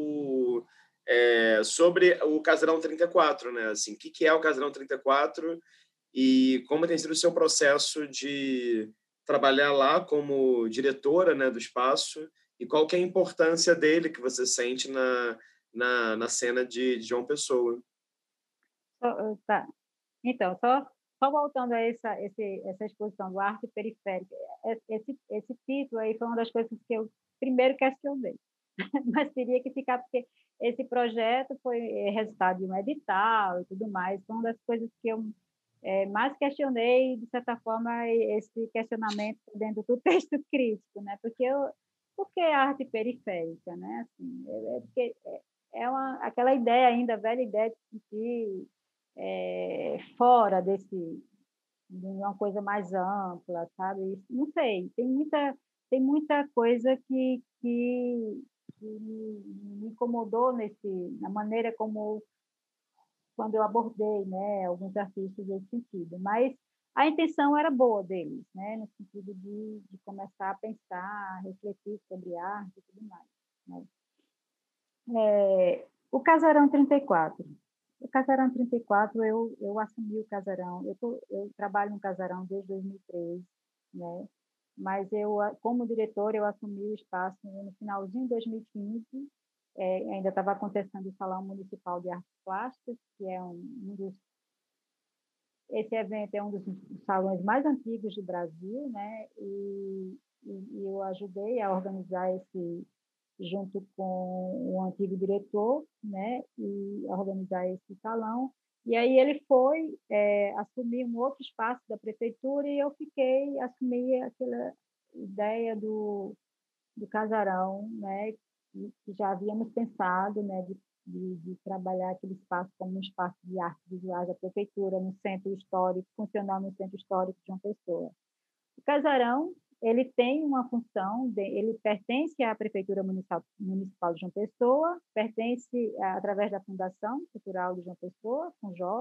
sobre o Casarão 34, né? Assim, o que é o Casarão 34 e como tem sido o seu processo de trabalhar lá como diretora, né, do espaço e qual que é a importância dele que você sente na cena de João Pessoa. Tá. Então, só voltando a essa exposição do arte periférica, esse título aí foi uma das coisas que eu primeiro questionei, mas teria que ficar, porque esse projeto foi resultado de um edital e tudo mais, foi uma das coisas que eu mas questionei, de certa forma, esse questionamento dentro do texto crítico, né? Por que arte periférica, né? Assim, porque aquela ideia ainda, a velha ideia de sentir fora de uma coisa mais ampla, sabe? Não sei, tem muita coisa que me incomodou na maneira como quando eu abordei, né, alguns artistas nesse sentido. Mas a intenção era boa deles, né, no sentido de começar a pensar, refletir sobre arte e tudo mais. Né? O Casarão 34. O Casarão 34, eu assumi o Casarão. Eu trabalho no Casarão desde 2013, né? Mas como diretor, eu assumi o espaço no finalzinho de 2015. Ainda estava acontecendo o Salão Municipal de Artes Plásticas, que é esse evento é um dos salões mais antigos do Brasil, né? E eu ajudei a organizar junto com o antigo diretor, né? E a organizar esse salão. E aí ele foi assumir um outro espaço da prefeitura e eu assumi aquela ideia do casarão, né? Que já havíamos pensado, né? De trabalhar aquele espaço como um espaço de artes visuais da prefeitura, no centro histórico, funcional no centro histórico de João Pessoa. O casarão, ele tem uma função, ele pertence à Prefeitura Municipal de João Pessoa, pertence através da Fundação Cultural de João Pessoa, FUNJOP,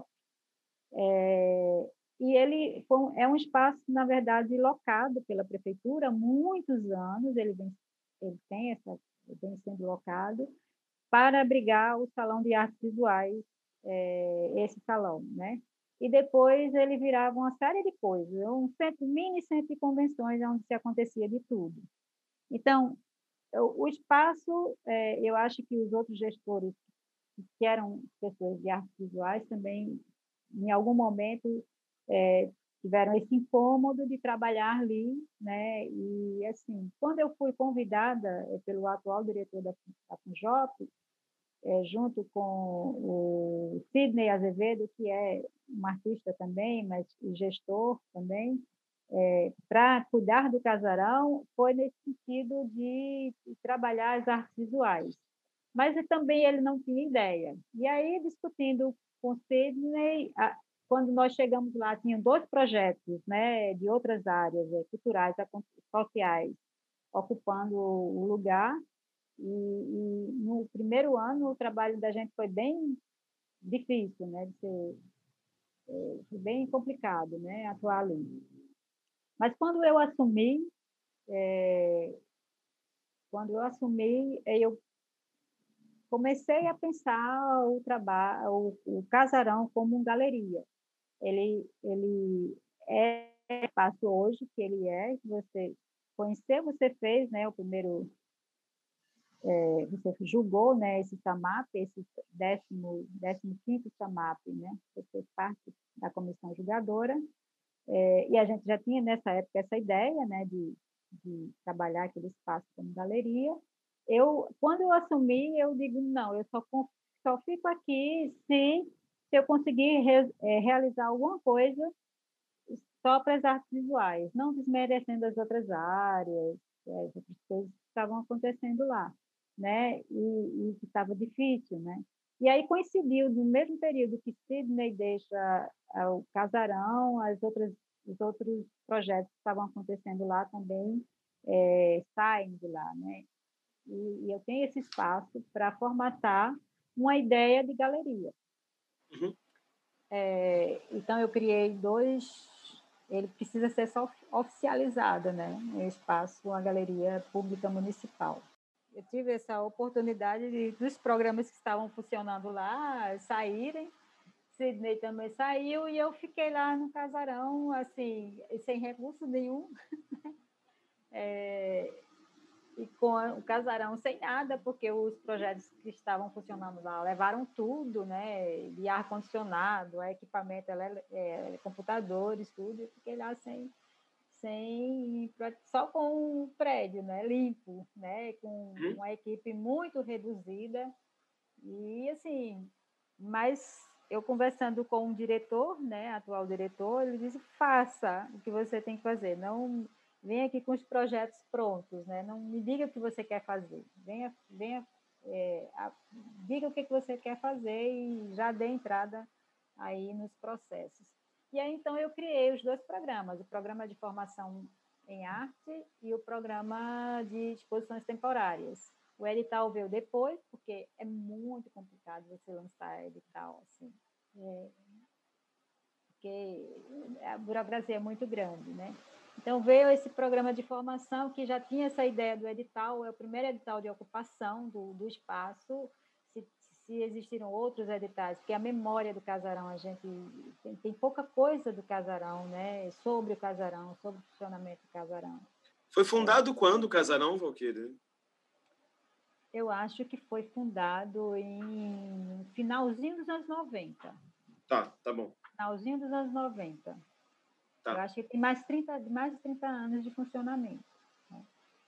e ele é um espaço, na verdade, locado pela Prefeitura há muitos anos, ele vem sendo locado para abrigar o Salão de Artes Visuais, esse salão, né? E depois ele virava uma série de coisas, mini centro de convenções onde se acontecia de tudo. Então, o espaço, eu acho que os outros gestores que eram pessoas de artes visuais também, em algum momento, tiveram esse incômodo de trabalhar ali, né? E assim, quando eu fui convidada pelo atual diretor da FUNJOP, junto com o Sidney Azevedo, que é um artista também, mas gestor também, para cuidar do casarão, foi nesse sentido de trabalhar as artes visuais. Mas também ele não tinha ideia. E aí, discutindo com o Sidney, quando nós chegamos lá, tinham 2 projetos, né, de outras áreas culturais, sociais, ocupando o lugar. E no primeiro ano, o trabalho da gente foi bem difícil, né, foi bem complicado, né, atuar ali. Mas quando eu assumi, eu comecei a pensar o casarão como uma galeria. Ele é o espaço hoje que ele é, que você conheceu, você fez, né, o primeiro, você julgou, né, esse SAMAP, esse 15º SAMAP, né, você fez parte da comissão julgadora, e a gente já tinha nessa época essa ideia, né, de trabalhar aquele espaço como galeria. Quando eu assumi, eu digo, não, eu só fico aqui se eu conseguir realizar alguma coisa só para as artes visuais, não desmerecendo as outras áreas, as outras coisas que estavam acontecendo lá, né? E que estava difícil, né? E aí coincidiu, no mesmo período que Sidney deixa o casarão, os outros projetos que estavam acontecendo lá também saem de lá, né? E eu tenho esse espaço para formatar uma ideia de galeria. Uhum. Então, eu criei 2... Ele precisa ser só oficializado, né? Um espaço, uma galeria pública municipal. Eu tive essa oportunidade dos programas que estavam funcionando lá saírem. Sidney também saiu e eu fiquei lá no casarão, assim, sem recurso nenhum. E com o casarão sem nada, porque os projetos que estavam funcionando lá levaram tudo, né? De ar-condicionado, equipamento, computadores, tudo. Eu fiquei lá só com o prédio, né? Limpo, né? Com uma equipe muito reduzida. E, assim, mas eu conversando com o diretor, né, atual diretor, ele disse: faça o que você tem que fazer, não venha aqui com os projetos prontos, né? Não me diga o que você quer fazer, diga o que você quer fazer e já dê entrada aí nos processos. E aí, então, eu criei os 2 programas, o programa de formação em arte e o programa de exposições temporárias. O edital veio depois, porque é muito complicado você lançar edital, assim, porque a burocracia é muito grande, né? Então, veio esse programa de formação que já tinha essa ideia do edital, é o primeiro edital de ocupação do espaço, se existiram outros editais, porque a memória do casarão, a gente tem pouca coisa do casarão, né? Sobre o casarão, sobre o funcionamento do casarão. Foi fundado quando o Casarão, Valquíria? Eu acho que foi fundado em finalzinho dos anos 90. Tá bom. Finalzinho dos anos 90. Tá. Eu acho que tem mais de 30 anos de funcionamento. Né?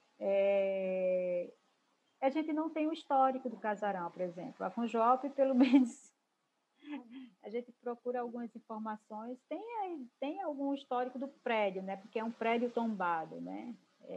A gente não tem o histórico do casarão, por exemplo. A Funjop, pelo menos, a gente procura algumas informações. Tem algum histórico do prédio, né? Porque é um prédio tombado, né?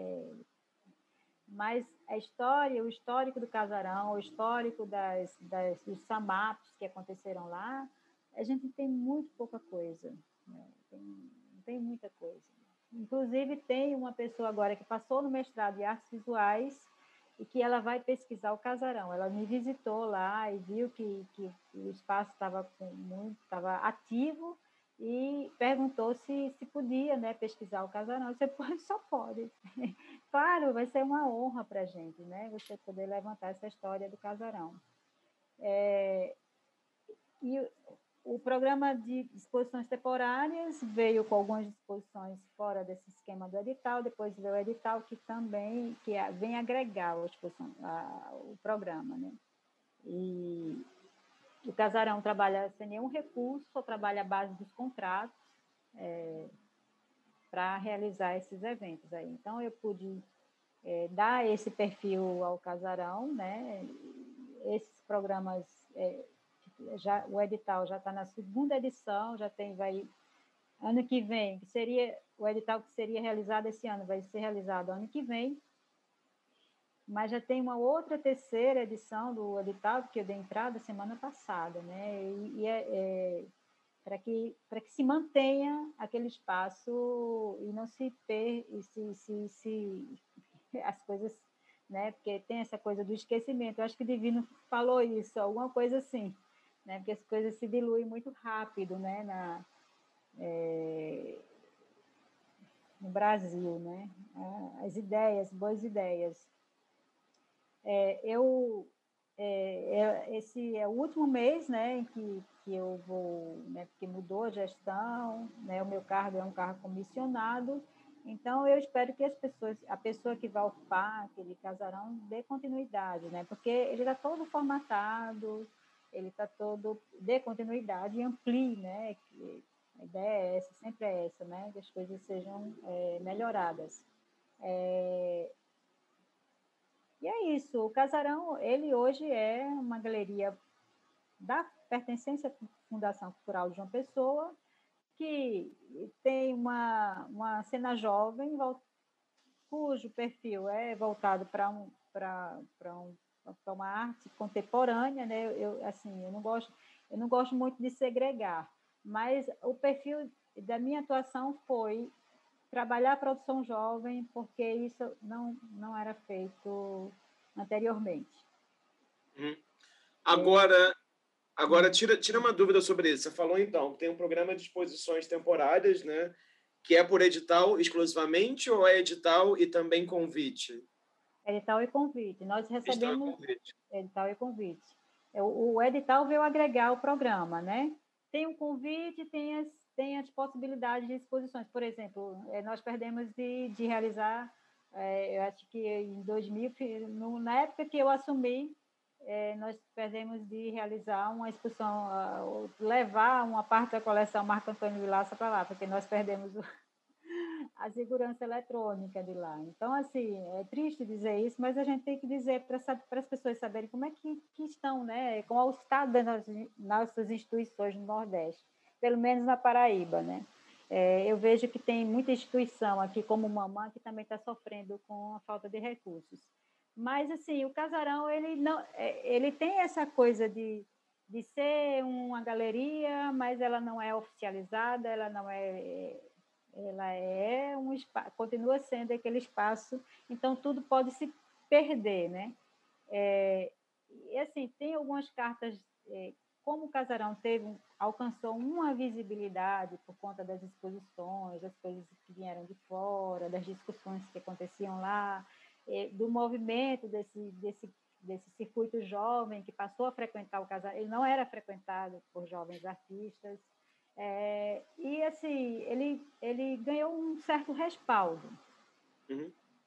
Mas o histórico do casarão, o histórico dos SAMAPs que aconteceram lá, a gente tem muito pouca coisa. Né? Não tem muita coisa. Inclusive, tem uma pessoa agora que passou no mestrado de artes visuais e que ela vai pesquisar o casarão. Ela me visitou lá e viu que o espaço estava ativo e perguntou se podia, né, pesquisar o casarão. Você pode, só pode. Claro, vai ser uma honra para a gente, né, você poder levantar essa história do casarão. E o programa de exposições temporárias veio com algumas exposições fora desse esquema do edital, depois veio o edital que também vem agregar o programa, né? E o casarão trabalha sem nenhum recurso, só trabalha à base dos contratos para realizar esses eventos aí. Então, eu pude dar esse perfil ao casarão, né? Esses programas, o edital já está na 2ª edição, vai ano que vem, que seria o edital que seria realizado esse ano, vai ser realizado ano que vem, mas já tem uma outra 3ª edição do edital, que eu dei entrada semana passada, né? Para que se mantenha aquele espaço e não se perca, as coisas, né? Porque tem essa coisa do esquecimento. Eu acho que o Divino falou isso, alguma coisa assim, né? Porque as coisas se diluem muito rápido, né? No Brasil, né? As ideias, boas ideias. Esse é o último mês, né, em que eu vou, né, porque mudou a gestão, né, o meu cargo é um cargo comissionado, então eu espero que a pessoa que vai ocupar aquele casarão dê continuidade, né, porque ele está todo formatado, ele está todo, dê continuidade e amplie, né, que a ideia é essa, sempre é essa, né, que as coisas sejam melhoradas. E é isso, o Casarão, ele hoje é uma galeria da pertencência à Fundação Cultural de João Pessoa, que tem uma cena jovem, cujo perfil é voltado para uma arte contemporânea, né? Eu não gosto muito de segregar, mas o perfil da minha atuação foi trabalhar a produção jovem, porque isso não era feito anteriormente. Agora tira uma dúvida sobre isso. Você falou, então, que tem um programa de exposições temporárias, né? Que é por edital exclusivamente ou é edital e também convite? Edital e convite. Nós recebemos edital e convite. O edital veio agregar o programa, né? Tem o convite, tem as possibilidades de exposições. Por exemplo, nós perdemos de realizar, eu acho que em 2000, na época que eu assumi, nós perdemos de realizar uma exposição, levar uma parte da coleção Marco Antônio Vilaça para lá, porque nós perdemos a segurança eletrônica de lá. Então, assim, é triste dizer isso, mas a gente tem que dizer para as pessoas saberem como é que estão, né? Qual é o estado das nossas instituições no Nordeste, pelo menos na Paraíba, né? Eu vejo que tem muita instituição aqui, como Mamã, que também está sofrendo com a falta de recursos. Mas, assim, o Casarão, ele, não, ele tem essa coisa de ser uma galeria, mas ela não é oficializada, ela é um espaço, continua sendo aquele espaço, então tudo pode se perder, né? E assim, tem algumas cartas, como o Casarão alcançou uma visibilidade por conta das exposições, das coisas que vieram de fora, das discussões que aconteciam lá, do movimento desse circuito jovem que passou a frequentar o Casarão. Ele não era frequentado por jovens artistas, e assim, ele ganhou um certo respaldo. Uhum.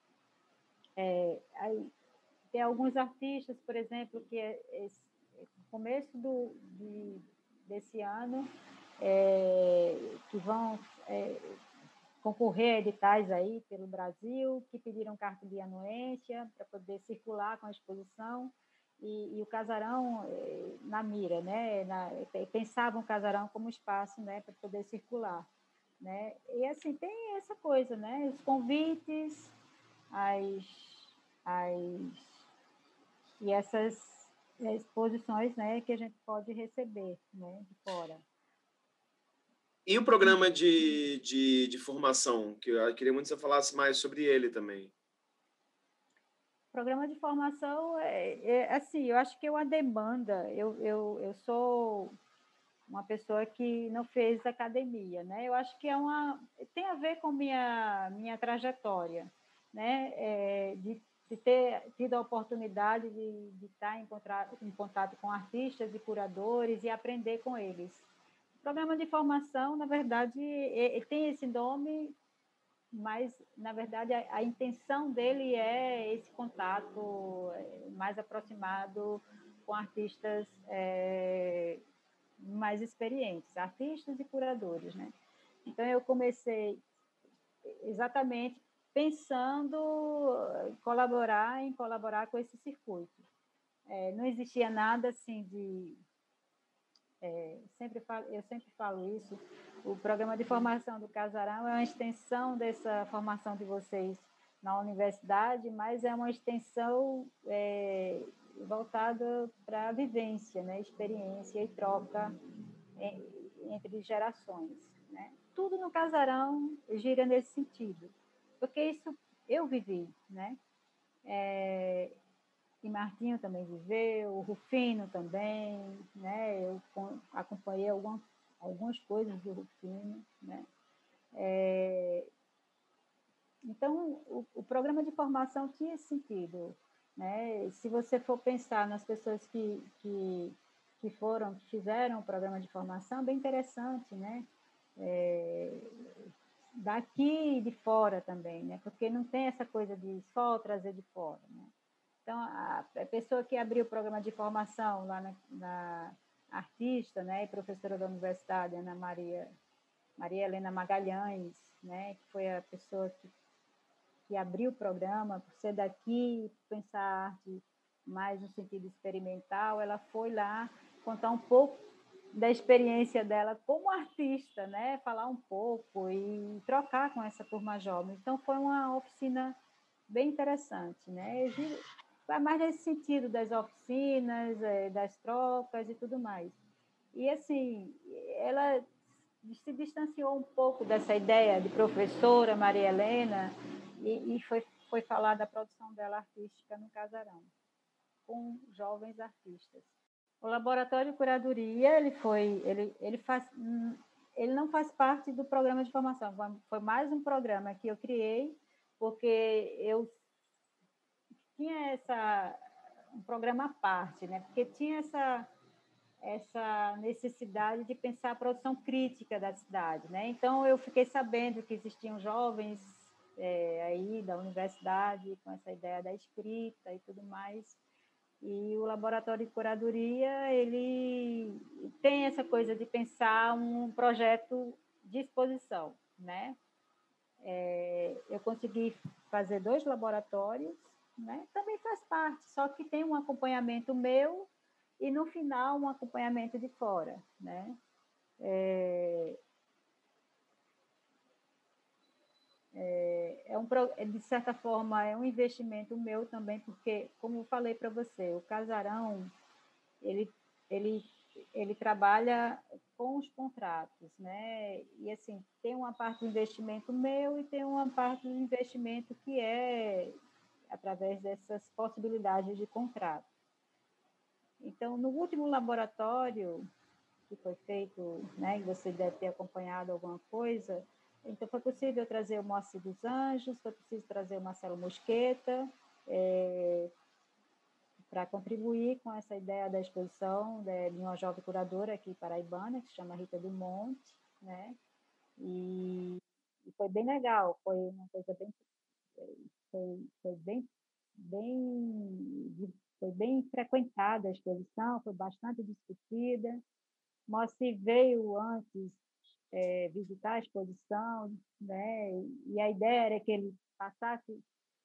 Aí, tem alguns artistas, por exemplo, que no começo desse ano, que vão concorrer a editais aí pelo Brasil, que pediram carta de anuência para poder circular com a exposição, e o Casarão na mira, né? Pensavam o Casarão como espaço, né, para poder circular, né? E assim, tem essa coisa, né? Os convites, e essas exposições, né, que a gente pode receber, né, de fora. E o programa de formação, que eu queria muito que você falasse mais sobre ele também. O programa de formação, assim, eu acho que é uma demanda. Eu sou uma pessoa que não fez academia, né? Eu acho que tem a ver com minha trajetória, né? De ter tido a oportunidade de estar em contato com artistas e curadores e aprender com eles. O programa de formação, na verdade, tem esse nome, mas, na verdade, a intenção dele é esse contato mais aproximado com artistas mais experientes, artistas e curadores, né? Então, eu comecei exatamente pensando em colaborar com esse circuito. Não existia nada assim eu sempre falo isso, o programa de formação do Casarão é uma extensão dessa formação de vocês na universidade, mas é uma extensão voltada para a vivência, né? Experiência e troca entre gerações, né? Tudo no Casarão gira nesse sentido, porque isso eu vivi, né? E Martinho também viveu, o Rufino também, né? Eu acompanhei algumas coisas do Rufino, né? Então, o programa de formação tinha esse sentido, né? Se você for pensar nas pessoas que fizeram o programa de formação, bem interessante, né? Daqui e de fora também, né? Porque não tem essa coisa de só trazer de fora, né? Então, a pessoa que abriu o programa de formação lá na artista, né, e professora da universidade, Ana Maria Helena Magalhães, né, que foi a pessoa que abriu o programa, por ser daqui, pensar a arte mais no sentido experimental, ela foi lá contar um pouco da experiência dela como artista, né, falar um pouco e trocar com essa turma jovem. Então, foi uma oficina bem interessante, né? Vai mais nesse sentido das oficinas, das trocas e tudo mais. E, assim, ela se distanciou um pouco dessa ideia de professora Maria Helena e foi falar da produção dela artística no Casarão, com jovens artistas. O laboratório de curadoria, ele não faz parte do programa de formação, foi mais um programa que eu criei, porque eu tinha um programa à parte, né? Porque tinha essa necessidade de pensar a produção crítica da cidade, né? Então, eu fiquei sabendo que existiam jovens aí da universidade com essa ideia da escrita e tudo mais, e o laboratório de curadoria, ele tem essa coisa de pensar um projeto de exposição, né? eu consegui fazer 2 laboratórios, né? Também faz parte, só que tem um acompanhamento meu e, no final, um acompanhamento de fora, né? De certa forma, é um investimento meu também, porque, como eu falei para você, o casarão, ele, ele, ele trabalha com os contratos, né? E, assim, tem uma parte do investimento meu e tem uma parte do investimento que é através dessas possibilidades de contrato. Então, no último laboratório que foi feito, né, e você deve ter acompanhado alguma coisa, então foi possível trazer o Moacir dos Anjos, foi preciso trazer o Marcelo Mosqueta, para contribuir com essa ideia da exposição de uma jovem curadora aqui paraibana, que se chama Rita do Monte, né? E foi bem legal, foi uma coisa bem foi foi bem frequentada a exposição, foi bastante discutida. Moacir veio antes visitar a exposição, né? E a ideia era que ele passasse,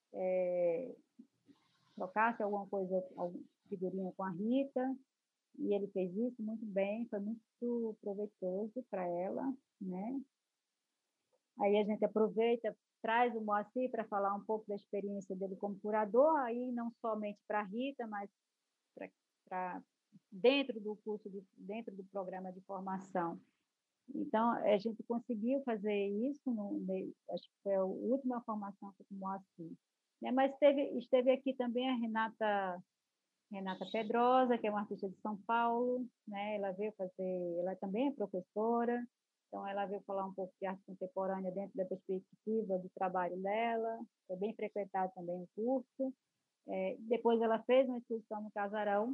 trocasse alguma coisa, alguma figurinha com a Rita, e ele fez isso muito bem, foi muito proveitoso para ela, né? Aí a gente aproveita, traz o Moacir para falar um pouco da experiência dele como curador, aí não somente para a Rita, mas para dentro do curso, dentro do programa de formação. Então, a gente conseguiu fazer isso, acho que foi a última formação com o Moacir. Mas esteve aqui também a Renata Pedrosa, que é uma artista de São Paulo, né? Ela também é professora, então ela veio falar um pouco de arte contemporânea dentro da perspectiva do trabalho dela, foi bem frequentado também o curso. Depois ela fez uma exposição no Casarão,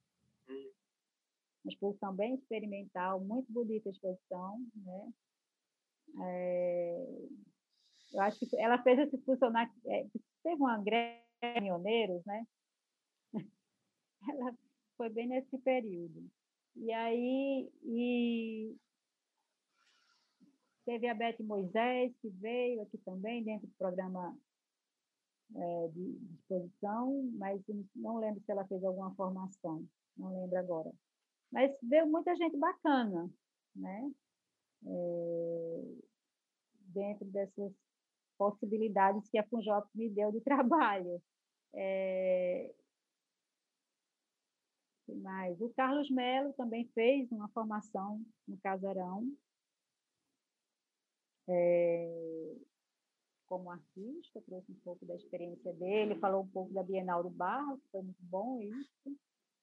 uma exposição bem experimental, muito bonita a exposição, né? Eu acho que ela fez essa exposição, teve uma greve de caminhoneiros, né? Ela foi bem nesse período. E aí teve a Beth Moisés, que veio aqui também, dentro do programa de exposição, mas não lembro se ela fez alguma formação, não lembro agora. Mas veio muita gente bacana, né? Dentro dessas possibilidades que a Funjop me deu de trabalho. Mas o Carlos Melo também fez uma formação no Casarão, como artista, trouxe um pouco da experiência dele, falou um pouco da Bienal do Barro, que foi muito bom isso.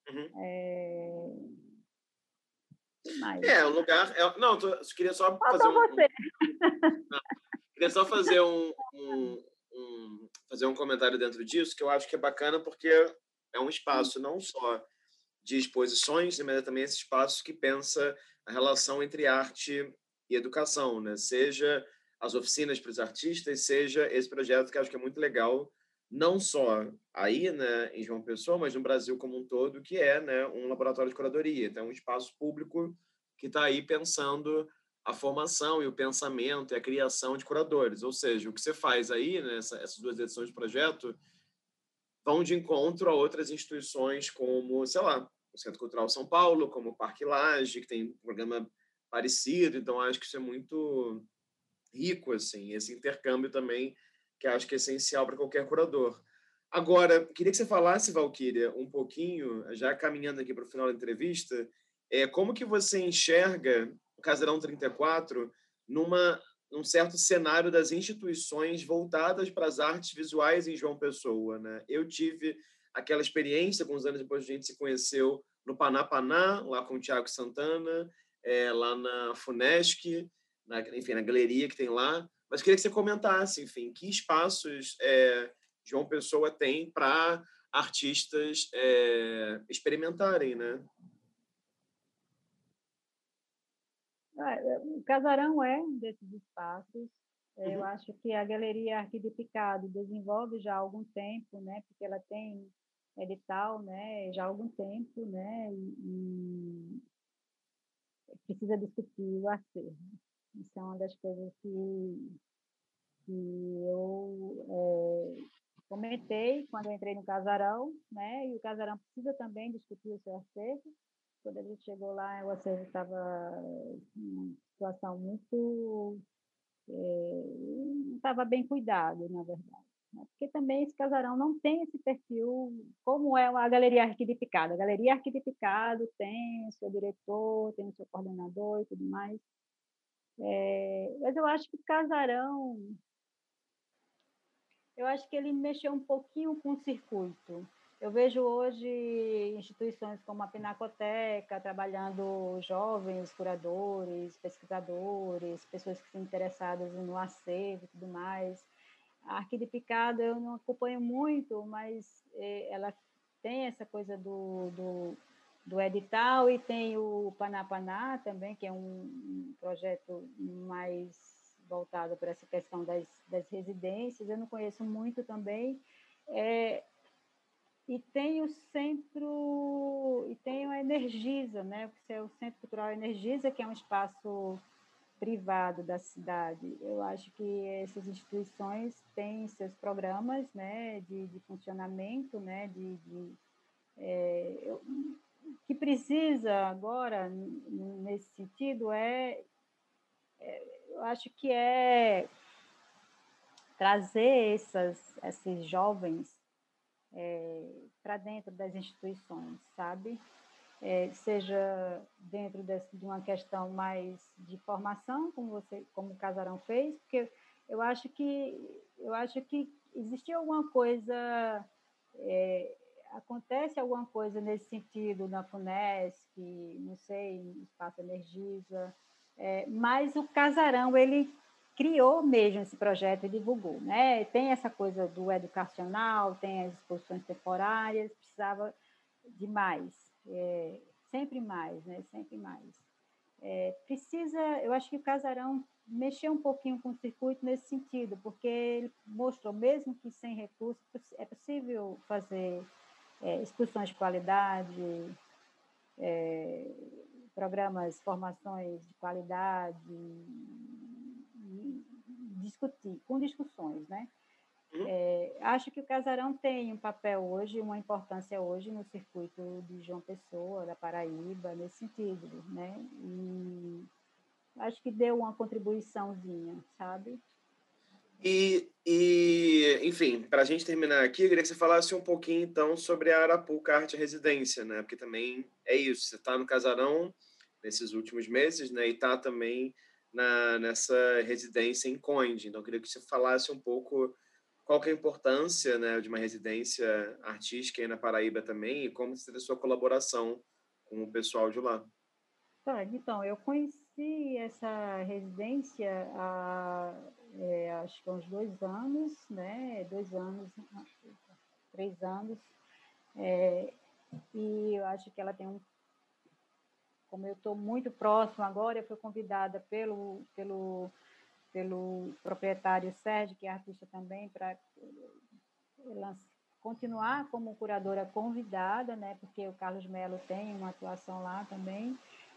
Mais. O lugar... não, queria só fazer você. Queria só fazer fazer um comentário dentro disso, que eu acho que é bacana, porque é um espaço não só de exposições, mas é também esse espaço que pensa a relação entre arte e educação, né? Seja as oficinas para os artistas, seja esse projeto que eu acho que é muito legal, não só aí, né, em João Pessoa, mas no Brasil como um todo, que é, né, um laboratório de curadoria. Então, um espaço público que está aí pensando a formação e o pensamento e a criação de curadores. Ou seja, o que você faz aí, né, essas 2 edições do projeto, vão de encontro a outras instituições como, sei lá, o Centro Cultural São Paulo, como o Parque Lage, que tem um programa parecido. Então, acho que isso é muito rico, assim, esse intercâmbio também, que acho que é essencial para qualquer curador. Agora, queria que você falasse, Valquíria, um pouquinho, já caminhando aqui para o final da entrevista, como que você enxerga o Casarão 34 num certo cenário das instituições voltadas para as artes visuais em João Pessoa, né? Eu tive aquela experiência, alguns anos depois a gente se conheceu no Paná Paná, lá com o Tiago Santana, lá na Funesc, enfim, na galeria que tem lá. Mas queria que você comentasse, enfim, que espaços João Pessoa tem para artistas experimentarem, né? O Casarão é um desses espaços. Eu acho que a Galeria Arqui de Picado desenvolve já há algum tempo, né? Porque ela tem edital, né? Já há algum tempo, né? E precisa discutir o acervo. Isso é uma das coisas eu comentei quando eu entrei no casarão, né? E o casarão precisa também discutir o seu acervo. Quando a gente chegou lá, o acervo estava em uma situação muito... não estava bem cuidado, na verdade. Né? Porque também esse casarão não tem esse perfil, como é a Galeria Arquidipicada. A Galeria Arquidipicado tem o seu diretor, tem o seu coordenador e tudo mais. Mas eu acho que o casarão... Eu acho que ele mexeu um pouquinho com o circuito. Eu vejo hoje instituições como a Pinacoteca trabalhando jovens curadores, pesquisadores, pessoas que estão interessadas no acervo e tudo mais. A Arquidipicado eu não acompanho muito, mas ela tem essa coisa do edital, e tem o Panapaná também, que é um projeto mais voltado para essa questão das residências. Eu não conheço muito também. E tem o centro, e tem a Energisa, né? Que é o Centro Cultural Energisa, que é um espaço privado da cidade. Eu acho que essas instituições têm seus programas, né, de funcionamento, né, o que precisa agora, nesse sentido, eu acho que trazer esses jovens para dentro das instituições, sabe? Seja dentro de uma questão mais de formação, como o Casarão fez, porque eu acho que existia alguma coisa, acontece alguma coisa nesse sentido na FUNESC, não sei, no Espaço Energisa, mas o Casarão, ele criou mesmo esse projeto e divulgou, né? Tem essa coisa do educacional, tem as exposições temporárias, precisava de mais, sempre mais, né? Sempre mais. Eu acho que o Casarão mexeu um pouquinho com o circuito nesse sentido, porque ele mostrou, mesmo que sem recursos, é possível fazer exposições de qualidade, programas, formações de qualidade, com discussões, né? Acho que o Casarão tem um papel hoje, uma importância hoje no circuito de João Pessoa, da Paraíba, nesse sentido, né? E acho que deu uma contribuiçãozinha, sabe? Enfim, para a gente terminar aqui, eu queria que você falasse um pouquinho, então, sobre a Arapuca Arte Residência, né? Porque também é isso, você está no Casarão nesses últimos meses, né? E está também nessa residência em Conde. Então, eu queria que você falasse um pouco qual que é a importância, né, de uma residência artística aí na Paraíba também, e como você tem a sua colaboração com o pessoal de lá. Então, eu conheci essa residência acho que há uns 2 anos, né? 2 anos, 3 anos, e eu acho que ela tem como eu estou muito próximo agora, eu fui convidada pelo proprietário Sérgio, que é artista também, para continuar como curadora convidada, né? Porque o Carlos Melo tem uma atuação lá também,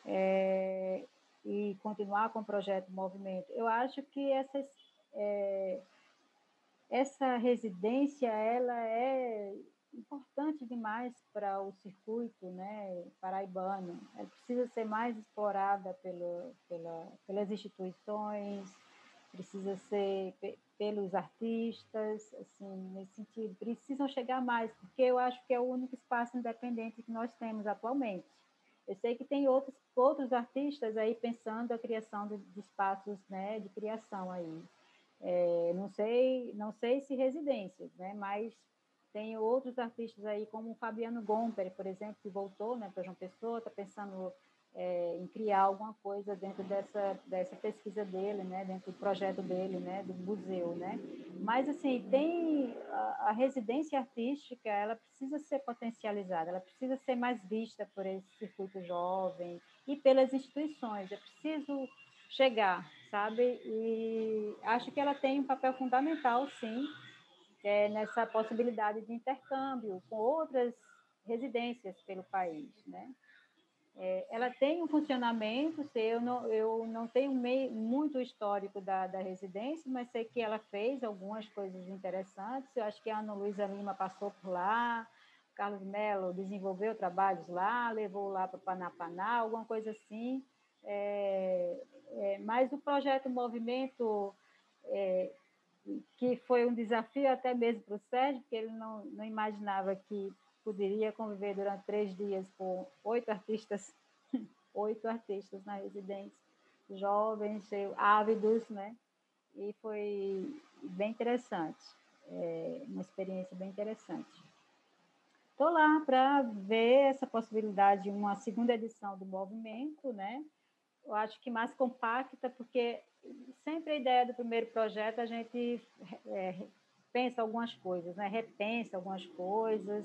e continuar com o projeto Movimento. Eu acho que essa residência ela é importante demais para o circuito, né, paraibano. Ela precisa ser mais explorada pelas instituições, precisa ser pelos artistas, assim, nesse sentido. Precisam chegar mais, porque eu acho que é o único espaço independente que nós temos atualmente. Eu sei que tem outros artistas aí pensando a criação de espaços, né, de criação aí. Não sei se residências, né? Mas tem outros artistas aí, como o Fabiano Gomper, por exemplo, que voltou, né, para João Pessoa, está pensando em criar alguma coisa dentro dessa pesquisa dele, né, dentro do projeto dele, né, do museu, né? Mas assim, tem a residência artística, ela precisa ser potencializada, ela precisa ser mais vista por esse circuito jovem e pelas instituições. É preciso chegar, sabe? E acho que ela tem um papel fundamental, sim, nessa possibilidade de intercâmbio com outras residências pelo país, né? Ela tem um funcionamento, eu não tenho muito histórico da residência, mas sei que ela fez algumas coisas interessantes. Eu acho que a Ana Luísa Lima passou por lá, Carlos Mello desenvolveu trabalhos lá, levou lá para Panapaná, alguma coisa assim. Mas o projeto Movimento, que foi um desafio até mesmo para o Sérgio, porque ele não imaginava que poderia conviver durante 3 dias com 8 artistas na residência, jovens, ávidos, né? E foi bem interessante, uma experiência bem interessante. Estou lá para ver essa possibilidade de uma segunda edição do movimento, né? Eu acho que mais compacta, porque sempre a ideia do primeiro projeto a gente pensa algumas coisas, né? Repensa algumas coisas,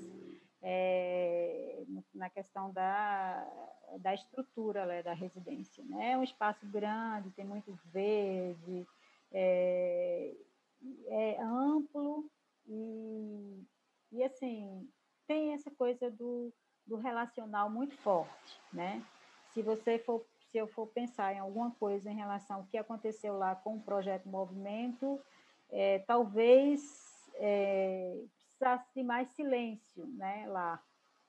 na questão da estrutura, né, da residência. Né? É um espaço grande, tem muito verde, é amplo e assim, tem essa coisa do relacional muito forte, né? Se eu for pensar em alguma coisa em relação ao que aconteceu lá com o Projeto Movimento, talvez precisasse de mais silêncio, né, lá.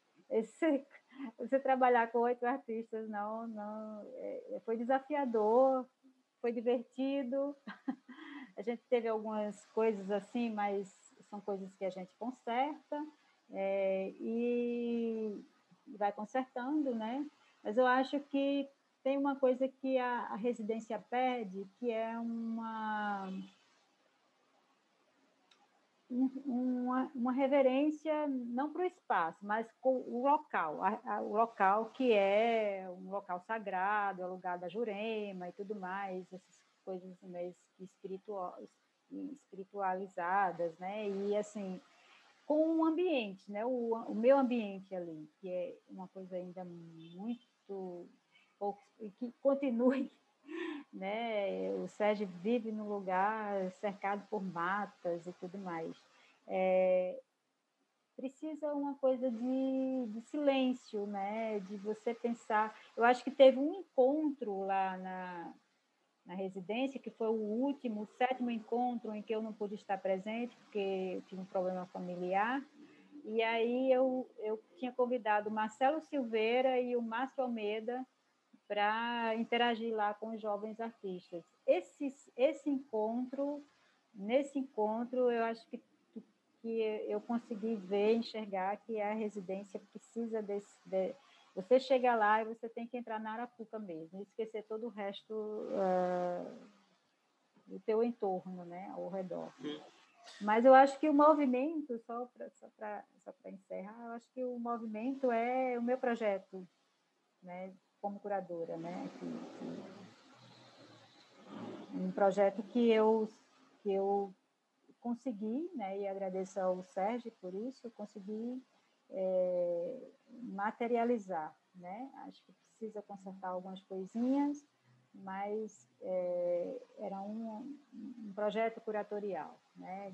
Você trabalhar com 8 artistas, foi desafiador, foi divertido. A gente teve algumas coisas assim, mas são coisas que a gente conserta e vai consertando, né? Mas eu acho que tem uma coisa que a residência perde, que é uma reverência, não para o espaço, mas com o local, o local que é um local sagrado, é o lugar da Jurema e tudo mais, essas coisas mais espiritualizadas, né? E assim, com um ambiente, né? O meu ambiente ali, que é uma coisa ainda muito pouco, e que continue, né? O Sérgio vive num lugar cercado por matas e tudo mais. Precisa uma coisa de silêncio, né? De você pensar. Eu acho que teve um encontro lá na residência, que foi o último, o 7º encontro em que eu não pude estar presente, porque eu tive um problema familiar. E aí eu tinha convidado o Marcelo Silveira e o Márcio Almeida para interagir lá com os jovens artistas. Nesse encontro, eu acho que eu consegui ver, enxergar que a residência precisa você chega lá e você tem que entrar na arapuca mesmo, esquecer todo o resto do teu entorno, né, ao redor. Mas eu acho que o movimento, só para encerrar, eu acho que o movimento é o meu projeto, né, como curadora, né, um projeto que eu consegui, né, e agradeço ao Sérgio por isso, eu consegui materializar, né? Acho que precisa consertar algumas coisinhas, mas era um projeto curatorial, né?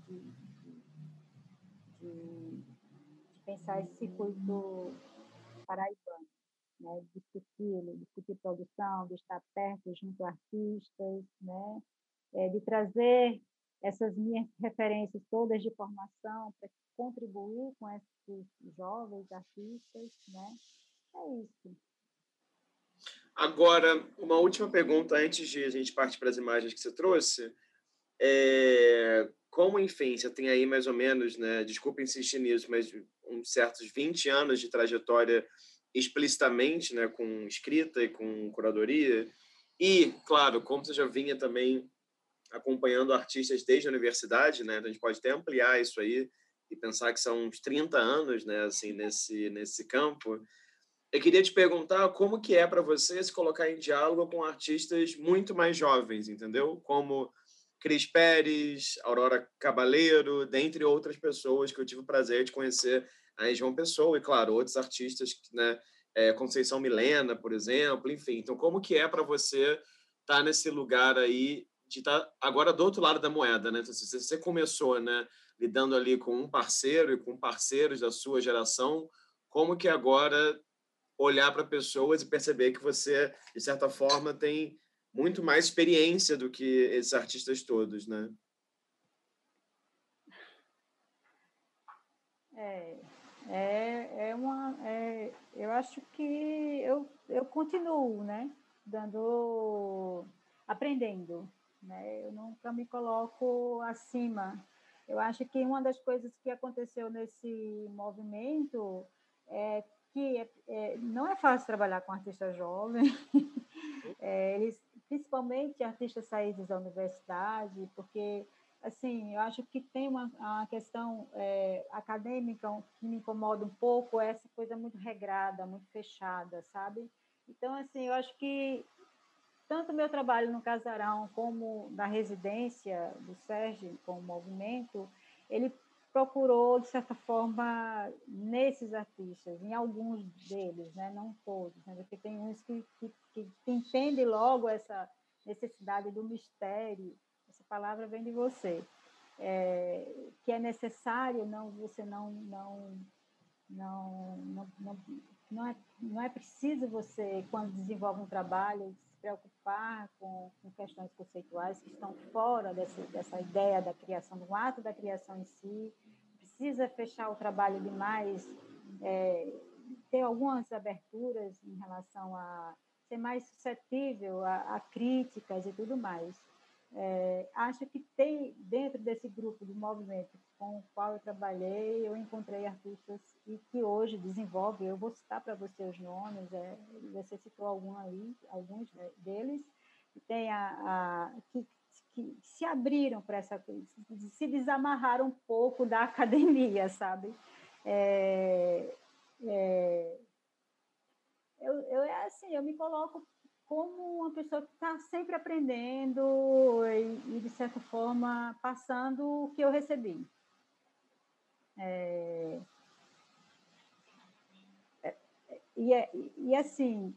De pensar esse circuito paraibano, né? Discutir produção, de estar perto junto a artistas, né? De trazer essas minhas referências todas de formação para contribuir com esses jovens artistas, né? É isso. Agora, uma última pergunta antes de a gente partir para as imagens que você trouxe. Como, enfim, você tem aí mais ou menos, né, desculpa insistir nisso, mas uns certos 20 anos de trajetória explicitamente, né, com escrita e com curadoria, e, claro, como você já vinha também acompanhando artistas desde a universidade, né, a gente pode até ampliar isso aí e pensar que são uns 30 anos, né, assim, nesse campo. Eu queria te perguntar como que é para você se colocar em diálogo com artistas muito mais jovens, entendeu? Como Cris Pérez, Aurora Cabaleiro, dentre outras pessoas que eu tive o prazer de conhecer aí em João Pessoa, e, claro, outros artistas, né? Conceição Milena, por exemplo, enfim. Então, como que é para você estar nesse lugar aí, de estar agora do outro lado da moeda, né? Então, se você começou, né, lidando ali com um parceiro e com parceiros da sua geração, como que agora olhar para pessoas e perceber que você, de certa forma, tem muito mais experiência do que esses artistas todos, né? Eu acho que eu continuo, né, aprendendo, né? Eu nunca me coloco acima. Eu acho que uma das coisas que aconteceu nesse movimento é que não é fácil trabalhar com artistas jovens, eles, principalmente artistas saídos da universidade, porque assim, eu acho que tem uma questão acadêmica que me incomoda um pouco, essa coisa muito regrada, muito fechada, sabe? Então, assim, eu acho que tanto o meu trabalho no Casarão como na residência do Sérgio, com o movimento, ele procurou, de certa forma, nesses artistas, em alguns deles, né? Não todos, né? Porque tem uns que entendem logo essa necessidade do mistério, essa palavra vem de você, que é necessário, não é preciso você, quando desenvolve um trabalho, se preocupar com questões conceituais que estão fora dessa ideia da criação, do ato da criação em si. Precisa fechar o trabalho demais, ter algumas aberturas em relação a ser mais suscetível a críticas e tudo mais. Acho que tem, dentro desse grupo de movimento com o qual eu trabalhei, eu encontrei artistas que hoje desenvolvem, eu vou citar para você os nomes, você citou alguns deles, que, tem que se abriram para essa coisa, se desamarraram um pouco da academia, sabe? Eu me coloco como uma pessoa que está sempre aprendendo e, de certa forma, passando o que eu recebi. E assim,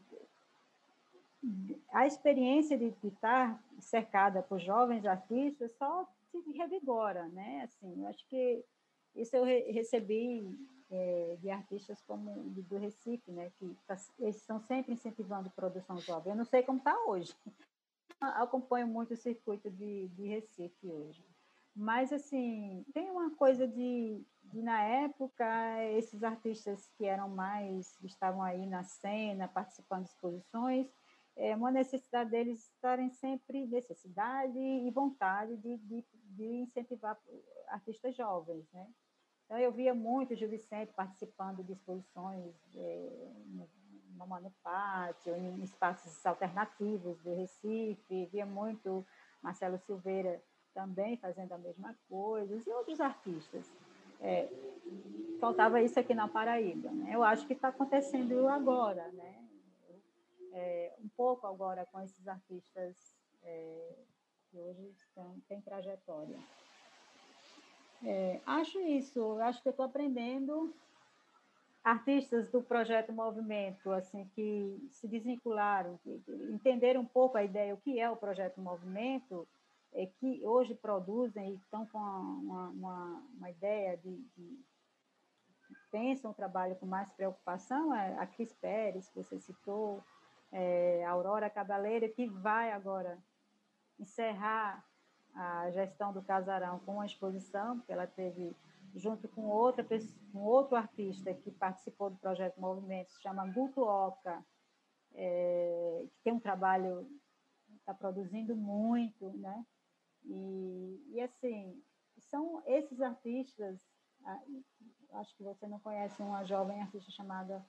a experiência de estar cercada por jovens artistas só se revigora, né? Assim, eu acho que isso eu recebi de artistas como do Recife, né? Eles estão sempre incentivando produção jovem. Eu não sei como está hoje. Eu acompanho muito o circuito de Recife hoje. Mas, assim, tem uma coisa na época, esses artistas que estavam aí na cena, participando de exposições, uma necessidade deles estarem sempre, necessidade e vontade de incentivar artistas jovens, né? Então, eu via muito o Gil Vicente participando de exposições no Mano Pátio, em espaços alternativos do Recife, via muito Marcelo Silveira também fazendo a mesma coisa, e outros artistas. Faltava isso aqui na Paraíba, né? Eu acho que está acontecendo agora, né? Um pouco agora com esses artistas que hoje têm trajetória. Acho isso, acho que eu estou aprendendo. Artistas do projeto Movimento, assim, que se desvincularam, que entenderam um pouco a ideia, o que é o projeto Movimento, que hoje produzem e estão com uma ideia pensam o trabalho com mais preocupação, a Cris Pérez, que você citou, a Aurora Cabaleira, que vai agora encerrar a gestão do Casarão com uma exposição que ela teve junto com outro artista que participou do projeto Movimento, se chama Guto Oca, que tem um trabalho, está produzindo muito, né? E assim, são esses artistas, acho que você não conhece uma jovem artista chamada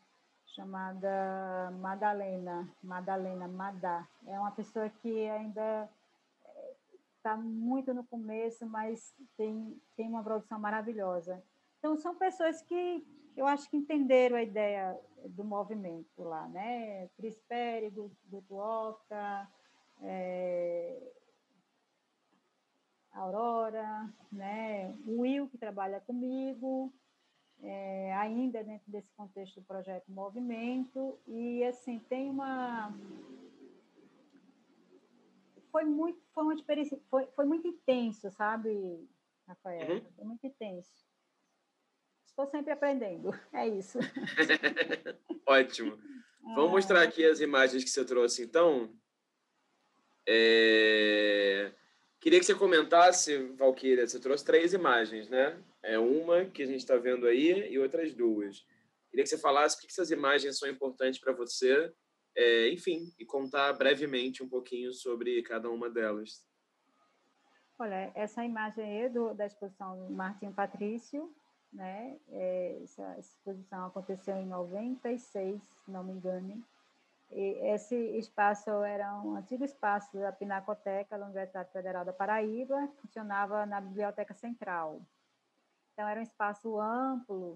Madalena Madá. É uma pessoa que ainda está muito no começo, mas tem uma produção maravilhosa. Então, são pessoas que eu acho que entenderam a ideia do movimento lá, né? Cris Pérez, do Tuoca, Aurora, né? O Will, que trabalha comigo, ainda dentro desse contexto do projeto Movimento, e assim, foi uma experiência, foi muito intenso, sabe, Rafael? Foi muito intenso. estou sempre aprendendo, é isso. Ótimo. Vamos mostrar aqui as imagens que você trouxe, então. Queria que você comentasse, Valquíria, você trouxe 3 imagens, né? Uma que a gente está vendo aí e outras 2. Queria que você falasse por que essas imagens são importantes para você, enfim, e contar brevemente um pouquinho sobre cada uma delas. Olha, essa imagem aí da exposição do Martinho Patrício, né? Essa exposição aconteceu em 96, se não me engano. E esse espaço era um antigo espaço da Pinacoteca da Universidade Federal da Paraíba, que funcionava na Biblioteca Central. Então, era um espaço amplo,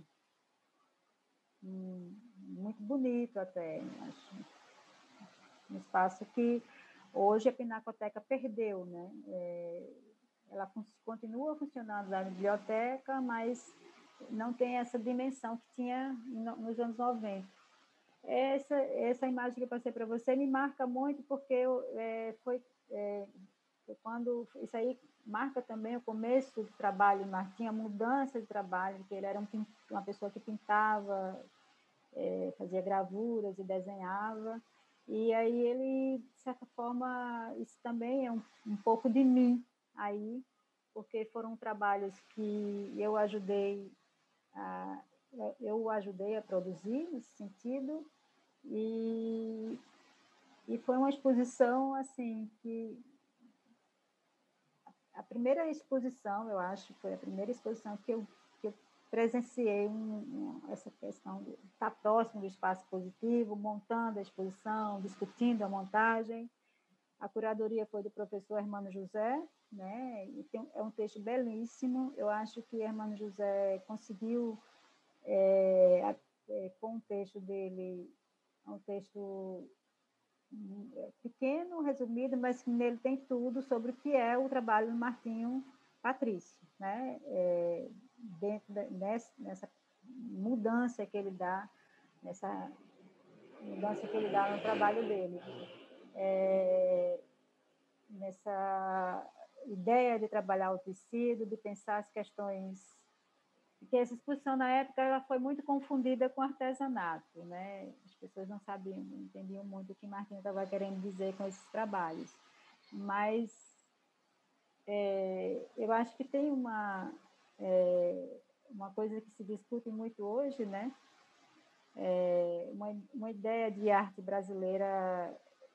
muito bonito até, acho. Um espaço que hoje a Pinacoteca perdeu, né? Ela continua funcionando na biblioteca, mas não tem essa dimensão que tinha nos anos 90. Essa imagem que eu passei para você me marca muito, porque foi quando... Isso aí marca também o começo do trabalho do Martinho, a mudança de trabalho, que ele era uma pessoa que pintava, fazia gravuras e desenhava. E aí ele, de certa forma, isso também é um pouco de mim aí, porque foram trabalhos que eu ajudei a produzir nesse sentido, e foi uma exposição assim que a primeira exposição, eu acho, foi a primeira exposição que eu presenciei essa questão de estar próximo do espaço positivo, montando a exposição, discutindo a montagem. A curadoria foi do professor Hermano José, né? E é um texto belíssimo. Eu acho que Hermano José conseguiu, com o texto dele, um texto pequeno, resumido, mas que nele tem tudo sobre o que é o trabalho do Martinho Patrício, né? Dentro nessa mudança que ele dá, no trabalho dele. Nessa ideia de trabalhar o tecido, de pensar as questões... Porque essa exposição, na época, ela foi muito confundida com artesanato, né? As pessoas não sabiam, não entendiam muito o que Martinho estava querendo dizer com esses trabalhos. Mas eu acho que tem uma coisa que se discute muito hoje, né? Uma ideia de arte brasileira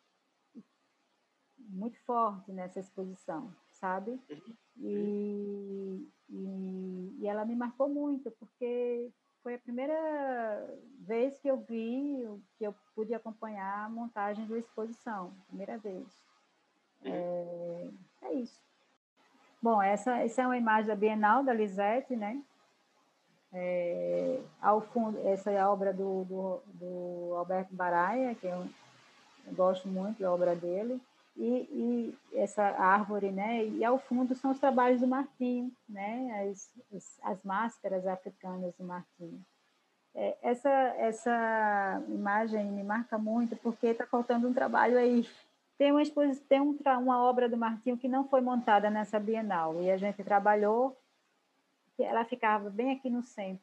muito forte nessa exposição, sabe? E ela me marcou muito, porque foi a primeira vez que eu pude acompanhar a montagem da exposição, primeira vez. É isso. Bom, essa é uma imagem da Bienal da Lisette, né? Ao fundo, essa é a obra do Alberto Baraia, que eu gosto muito da obra dele. E essa árvore, né? E ao fundo são os trabalhos do Martinho, né? As máscaras africanas do Martinho. Essa imagem me marca muito, porque está faltando um trabalho aí. Tem uma obra do Martinho que não foi montada nessa Bienal, e a gente trabalhou, que ela ficava bem aqui no centro.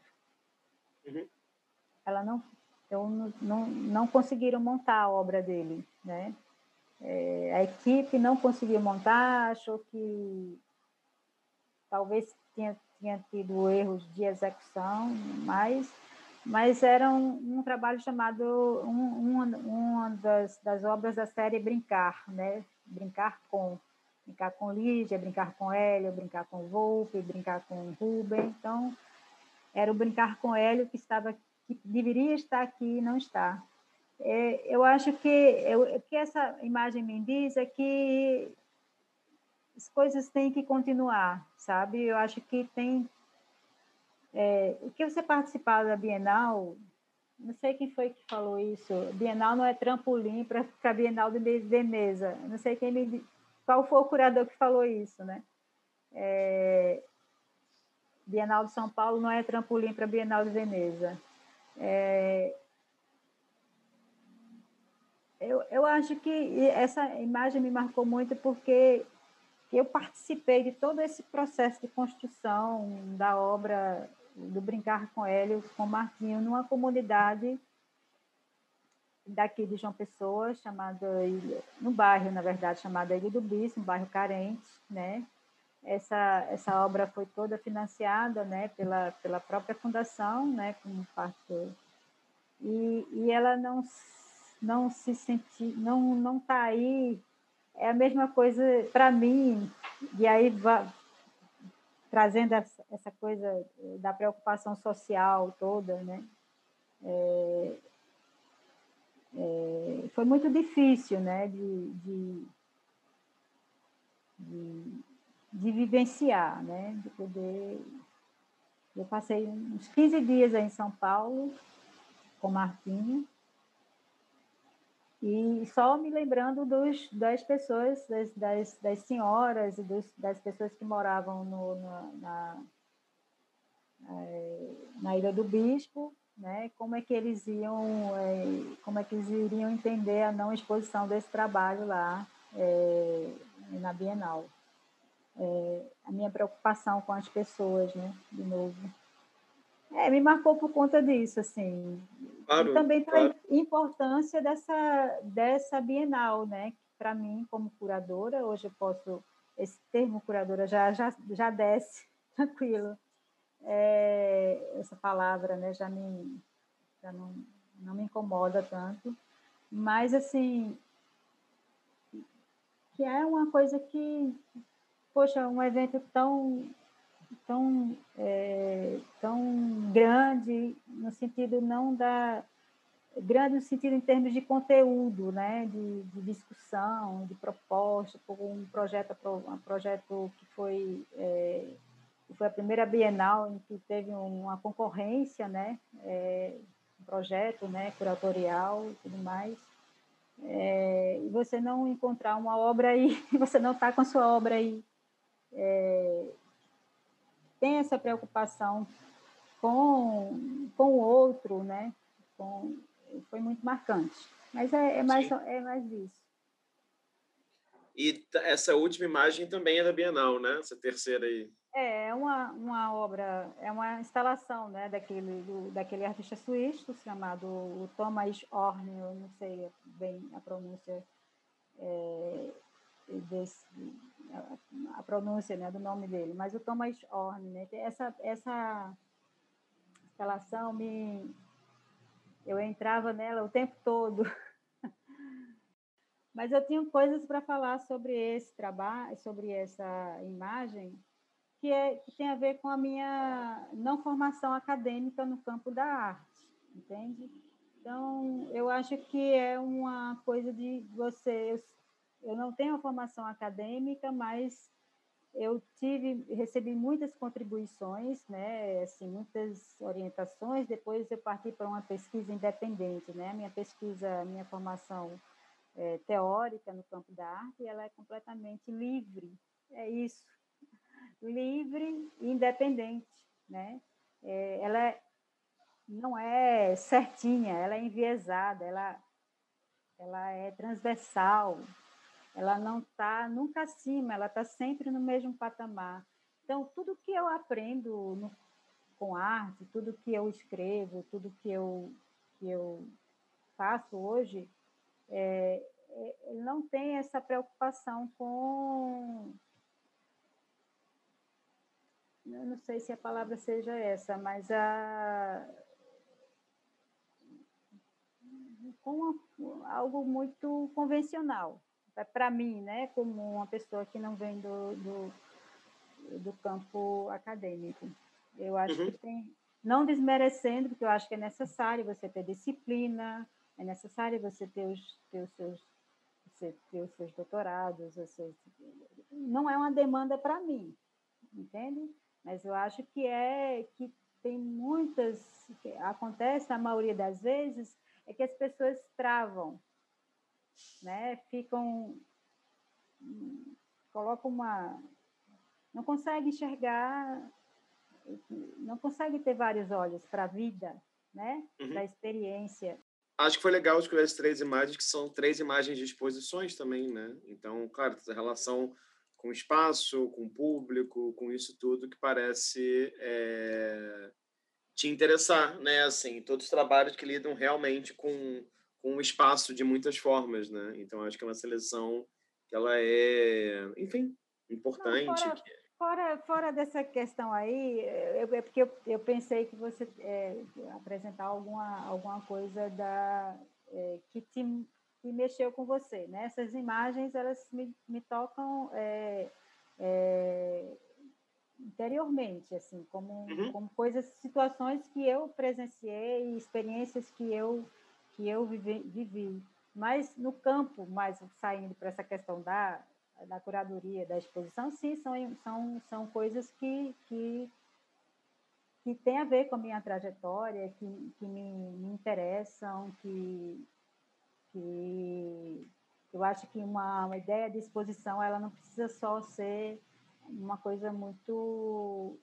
Ela não conseguiram montar a obra dele, né? A equipe não conseguiu montar, achou que talvez tinha tido erros de execução, mas era um trabalho chamado, uma das obras da série Brincar, né? Brincar com Lígia, Brincar com Hélio, Brincar com Volpe, Brincar com Rubem. Então, era o Brincar com Hélio que deveria estar aqui e não está. Eu acho que o que essa imagem me diz é que as coisas têm que continuar, sabe? Eu acho que tem... o que você participar da Bienal, não sei quem foi que falou isso, Bienal não é trampolim para a Bienal de Veneza. Não sei qual foi o curador que falou isso, né? Bienal de São Paulo não é trampolim para a Bienal de Veneza. Eu acho que essa imagem me marcou muito porque eu participei de todo esse processo de construção da obra do Brincar com Hélio, com Martinho, numa comunidade daqui de João Pessoa, no bairro, na verdade, chamada Ilha do Bispo, um bairro carente, né? Essa obra foi toda financiada, né, pela própria fundação, né, como parte e ela não se sente, não está aí. É a mesma coisa para mim, e aí trazendo essa coisa da preocupação social toda, né? Foi muito difícil, né, de vivenciar, né, de poder. Eu passei uns 15 dias aí em São Paulo com Martinho, e só me lembrando das pessoas, das senhoras e das pessoas que moravam na Ilha do Bispo, né? Como é que eles iriam entender a não exposição desse trabalho lá na Bienal. A minha preocupação com as pessoas, né? De novo. Me marcou por conta disso, assim. Claro, e também claro. a importância dessa Bienal, né? Para mim, como curadora, hoje eu posso... Esse termo curadora já desce, tranquilo. Essa palavra, né? Já não me incomoda tanto. Mas, assim, que é uma coisa que... Poxa, um evento tão grande, no sentido não da... Grande no sentido em termos de conteúdo, né? de discussão, de proposta, por um projeto que foi a primeira Bienal em que teve uma concorrência, né? Um projeto, né? Curatorial e tudo mais. E você não encontrar uma obra aí, você não está com a sua obra aí, tem essa preocupação com o outro, né? Foi muito marcante. Mas é mais disso. E essa última imagem também é da Bienal, né? Essa terceira aí. É uma obra, é uma instalação, né, daquele artista suíço chamado Thomas Horn, eu não sei bem a pronúncia a pronúncia, né, do nome dele, mas o Thomas Horn, né, essa instalação eu entrava nela o tempo todo. Mas eu tinha coisas para falar sobre esse trabalho, sobre essa imagem, que tem a ver com a minha não formação acadêmica no campo da arte, entende? Então, eu acho que é uma coisa de você... Eu não tenho uma formação acadêmica, mas eu recebi muitas contribuições, né? Assim, muitas orientações. Depois eu parti para uma pesquisa independente, né? Minha formação teórica no campo da arte, e ela é completamente livre. É isso, livre e independente, né? Ela não é certinha, ela é enviesada, ela é transversal, ela não está nunca acima, ela está sempre no mesmo patamar. Então, tudo que eu aprendo com arte, tudo que eu escrevo, tudo que eu faço hoje, não tem essa preocupação com... Eu não sei se a palavra seja essa, mas com algo muito convencional. Para mim, né, como uma pessoa que não vem do campo acadêmico. Eu acho que tem... Não desmerecendo, porque eu acho que é necessário você ter disciplina, é necessário você ter os seus doutorados. Não é uma demanda para mim, entende? Mas eu acho que tem muitas... Acontece, na maioria das vezes, é que as pessoas travam, né? Colocam não consegue enxergar, não consegue ter vários olhos para a vida, né? Para a experiência. Acho que foi legal escolher as 3 imagens, que são 3 imagens de exposições também, né? Então, claro, essa relação com o espaço, com o público, com isso tudo que parece te interessar, né? Assim, todos os trabalhos que lidam realmente com o espaço de muitas formas, né? Então, acho que é uma seleção que ela é, enfim, Não, importante. fora dessa questão aí, é porque eu pensei que você apresentar alguma coisa que mexeu com você, né? Essas imagens, elas me tocam interiormente, assim, Uhum, como coisas, situações que eu presenciei, experiências que eu vivi. Mas no campo, mais saindo para essa questão da curadoria, da exposição, sim, são coisas que têm a ver com a minha trajetória, que me interessam, que eu acho que uma ideia de exposição ela não precisa só ser uma coisa muito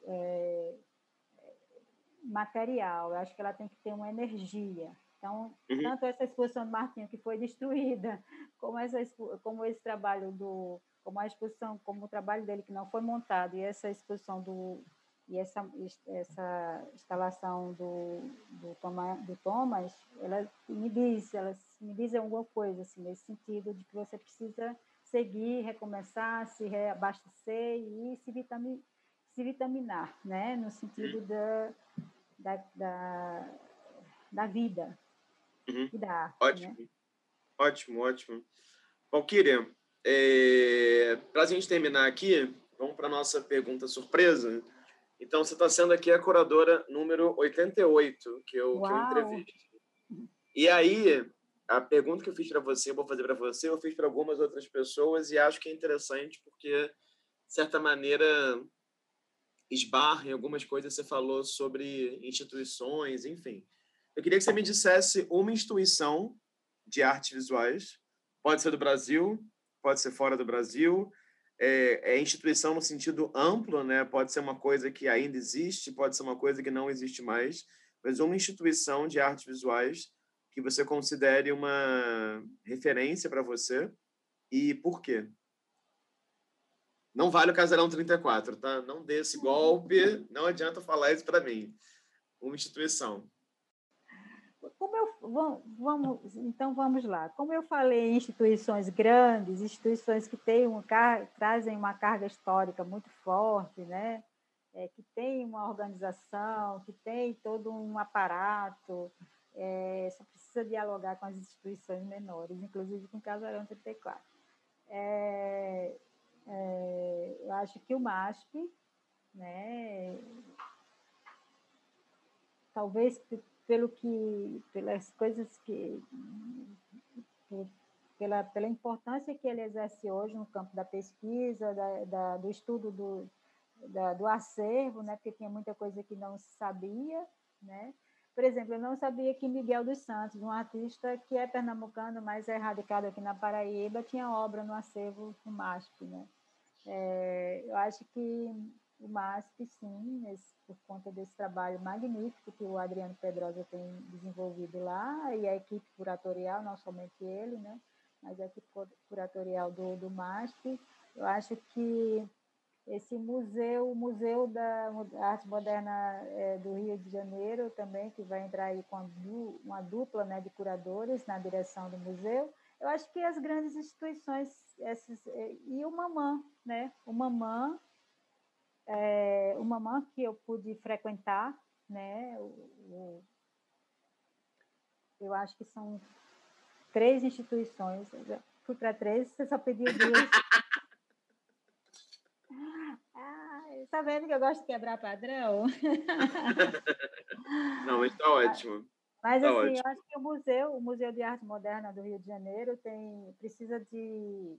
material, eu acho que ela tem que ter uma energia. Então, uhum, tanto essa exposição do Martinho, que foi destruída, como esse trabalho como a exposição, como o trabalho dele que não foi montado, e essa exposição e essa instalação do Thomas, elas me dizem alguma coisa assim, nesse sentido de que você precisa seguir, recomeçar, se reabastecer e se vitaminar, né? No sentido uhum, da, da, da vida uhum. e da arte, né? Ótimo, ótimo, ótimo. Valquíria, para a gente terminar aqui, vamos para a nossa pergunta surpresa. Então, você está sendo aqui a curadora número 88 que eu Uau! entrevisto. E aí, a pergunta que eu fiz para você, eu vou fazer para você, eu fiz para algumas outras pessoas e acho que é interessante porque, de certa maneira, esbarra em algumas coisas que você falou sobre instituições, enfim. Eu queria que você me dissesse uma instituição de artes visuais, pode ser do Brasil, pode ser fora do Brasil, é instituição no sentido amplo, né? Pode ser uma coisa que ainda existe, pode ser uma coisa que não existe mais, mas uma instituição de artes visuais que você considere uma referência para você e por quê? Não vale o Casarão 34, tá? Não dê esse golpe, não adianta falar isso para mim. Uma instituição. Então vamos lá. Como eu falei, em instituições grandes, instituições que têm trazem uma carga histórica muito forte, né? Que tem uma organização, que tem todo um aparato, só precisa dialogar com as instituições menores, inclusive com o Casarão 34. Eu acho que o MASP, né, talvez pelas coisas pela importância que ele exerce hoje no campo da pesquisa, do estudo do acervo, né, porque tinha muita coisa que não se sabia, né? Por exemplo, eu não sabia que Miguel dos Santos, um artista que é pernambucano, mas é radicado aqui na Paraíba, tinha obra no acervo do MASP, né? Eu acho que o MASP, sim, por conta desse trabalho magnífico que o Adriano Pedrosa tem desenvolvido lá, e a equipe curatorial, não somente ele, né, mas a equipe curatorial do MASP, eu acho que esse o Museu da Arte Moderna do Rio de Janeiro também, que vai entrar aí com uma dupla, né, de curadores na direção do museu. Eu acho que as grandes instituições, e o Mamã, né? O Mamã que eu pude frequentar, né? Eu acho que são 3 instituições. Eu já fui para 3, você só pediu 2. Tá vendo que eu gosto de quebrar padrão? Não, mas está ótimo. Mas, Tá assim, eu ótimo. acho que o Museu de Arte Moderna do Rio de Janeiro precisa de...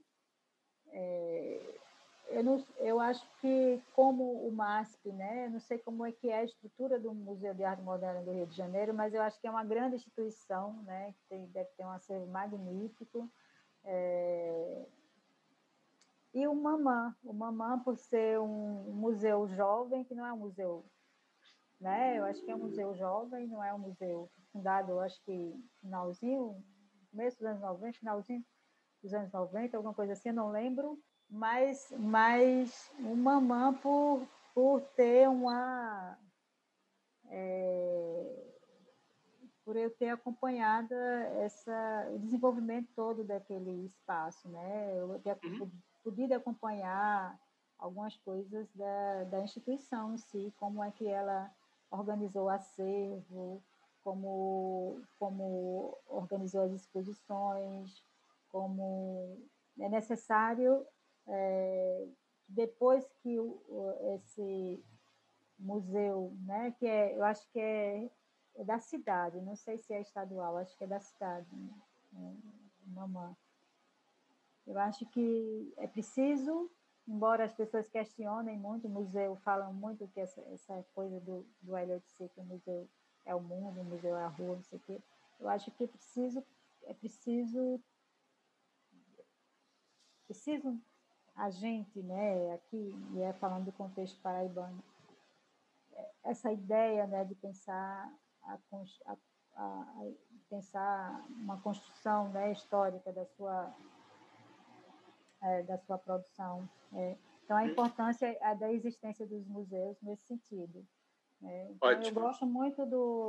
eu acho que, como o MASP, né, não sei como é que é a estrutura do Museu de Arte Moderna do Rio de Janeiro, mas eu acho que é uma grande instituição, né, que deve ter um acervo magnífico. E o Mamã, por ser um museu jovem, que não é um museu, né? Eu acho que é um museu jovem, não é um museu fundado, eu acho que começo dos anos 90, finalzinho dos anos 90, alguma coisa assim, eu não lembro. Mas o Mamã, por ter por eu ter acompanhado o desenvolvimento todo daquele espaço, né? Eu ter podido acompanhar algumas coisas da instituição em si, como é que ela organizou o acervo, como organizou as exposições, como é necessário, depois que esse museu, né, que eu acho que é da cidade, não sei se é estadual, acho que é da cidade, né, Mamã. Eu acho que é preciso, embora as pessoas questionem muito, o museu falam muito que essa coisa do LHC, que o museu é o mundo, o museu é a rua, não sei o quê. Eu acho que é preciso a gente, né, aqui, e falando do contexto paraibano, essa ideia, né, de pensar pensar uma construção, né, histórica da sua produção. Então, a importância da existência dos museus nesse sentido. Então, Ótimo. eu gosto muito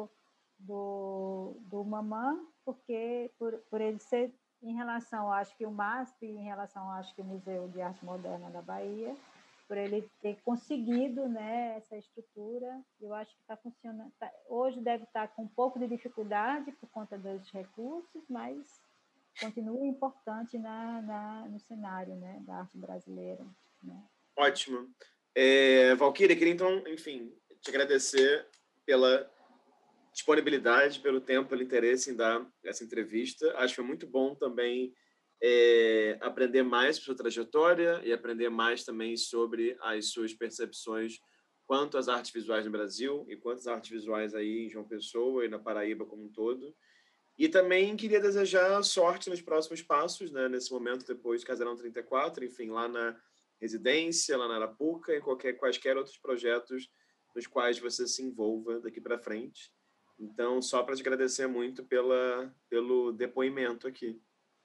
do Mamã, porque por ele ser em relação, acho que o MASP, em relação, acho que o Museu de Arte Moderna da Bahia, por ele ter conseguido, né, essa estrutura, eu acho que está funcionando. Hoje deve estar com um pouco de dificuldade por conta dos recursos, mas continua importante no cenário, né, da arte brasileira. Né? Ótimo. Valquíria, queria então, enfim, te agradecer pela disponibilidade, pelo tempo, pelo interesse em dar essa entrevista. Acho que foi muito bom também aprender mais sobre sua trajetória e aprender mais também sobre as suas percepções quanto às artes visuais no Brasil e quanto às artes visuais aí em João Pessoa e na Paraíba como um todo. E também queria desejar sorte nos próximos passos, né, nesse momento depois do Casarão 34, enfim, lá na residência, lá na Arapuca e quaisquer outros projetos nos quais você se envolva daqui para frente. Então, só para te agradecer muito pelo depoimento aqui.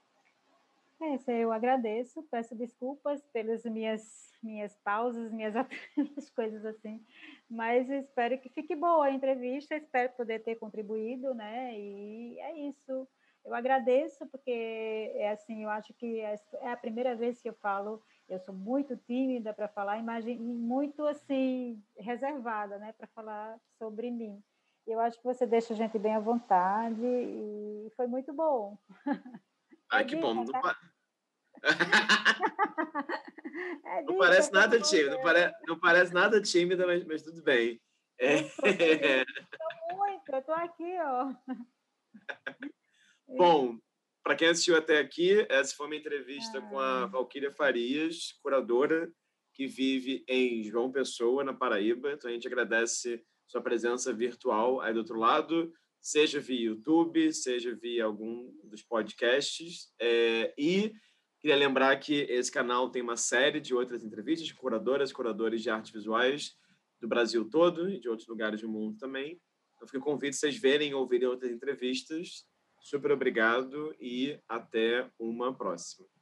Eu agradeço, peço desculpas pelas minhas pausas, minhas coisas assim, mas espero que fique boa a entrevista, espero poder ter contribuído, né? E é isso. Eu agradeço porque assim, eu acho que é a primeira vez que eu falo. Eu sou muito tímida para falar, muito assim reservada, né, para falar sobre mim. Eu acho que você deixa a gente bem à vontade e foi muito bom. Que bom. Não Dica, parece nada tímida, não parece nada tímida, mas tudo bem. Eu estou aqui, ó. Bom, para quem assistiu até aqui, essa foi uma entrevista com a Valquíria Farias, curadora que vive em João Pessoa, na Paraíba. Então, a gente agradece sua presença virtual aí do outro lado, seja via YouTube, seja via algum dos podcasts. E queria lembrar que esse canal tem uma série de outras entrevistas de curadoras e curadores de artes visuais do Brasil todo e de outros lugares do mundo também. Então, fica o convite vocês verem ou ouvirem outras entrevistas. Super obrigado e até uma próxima.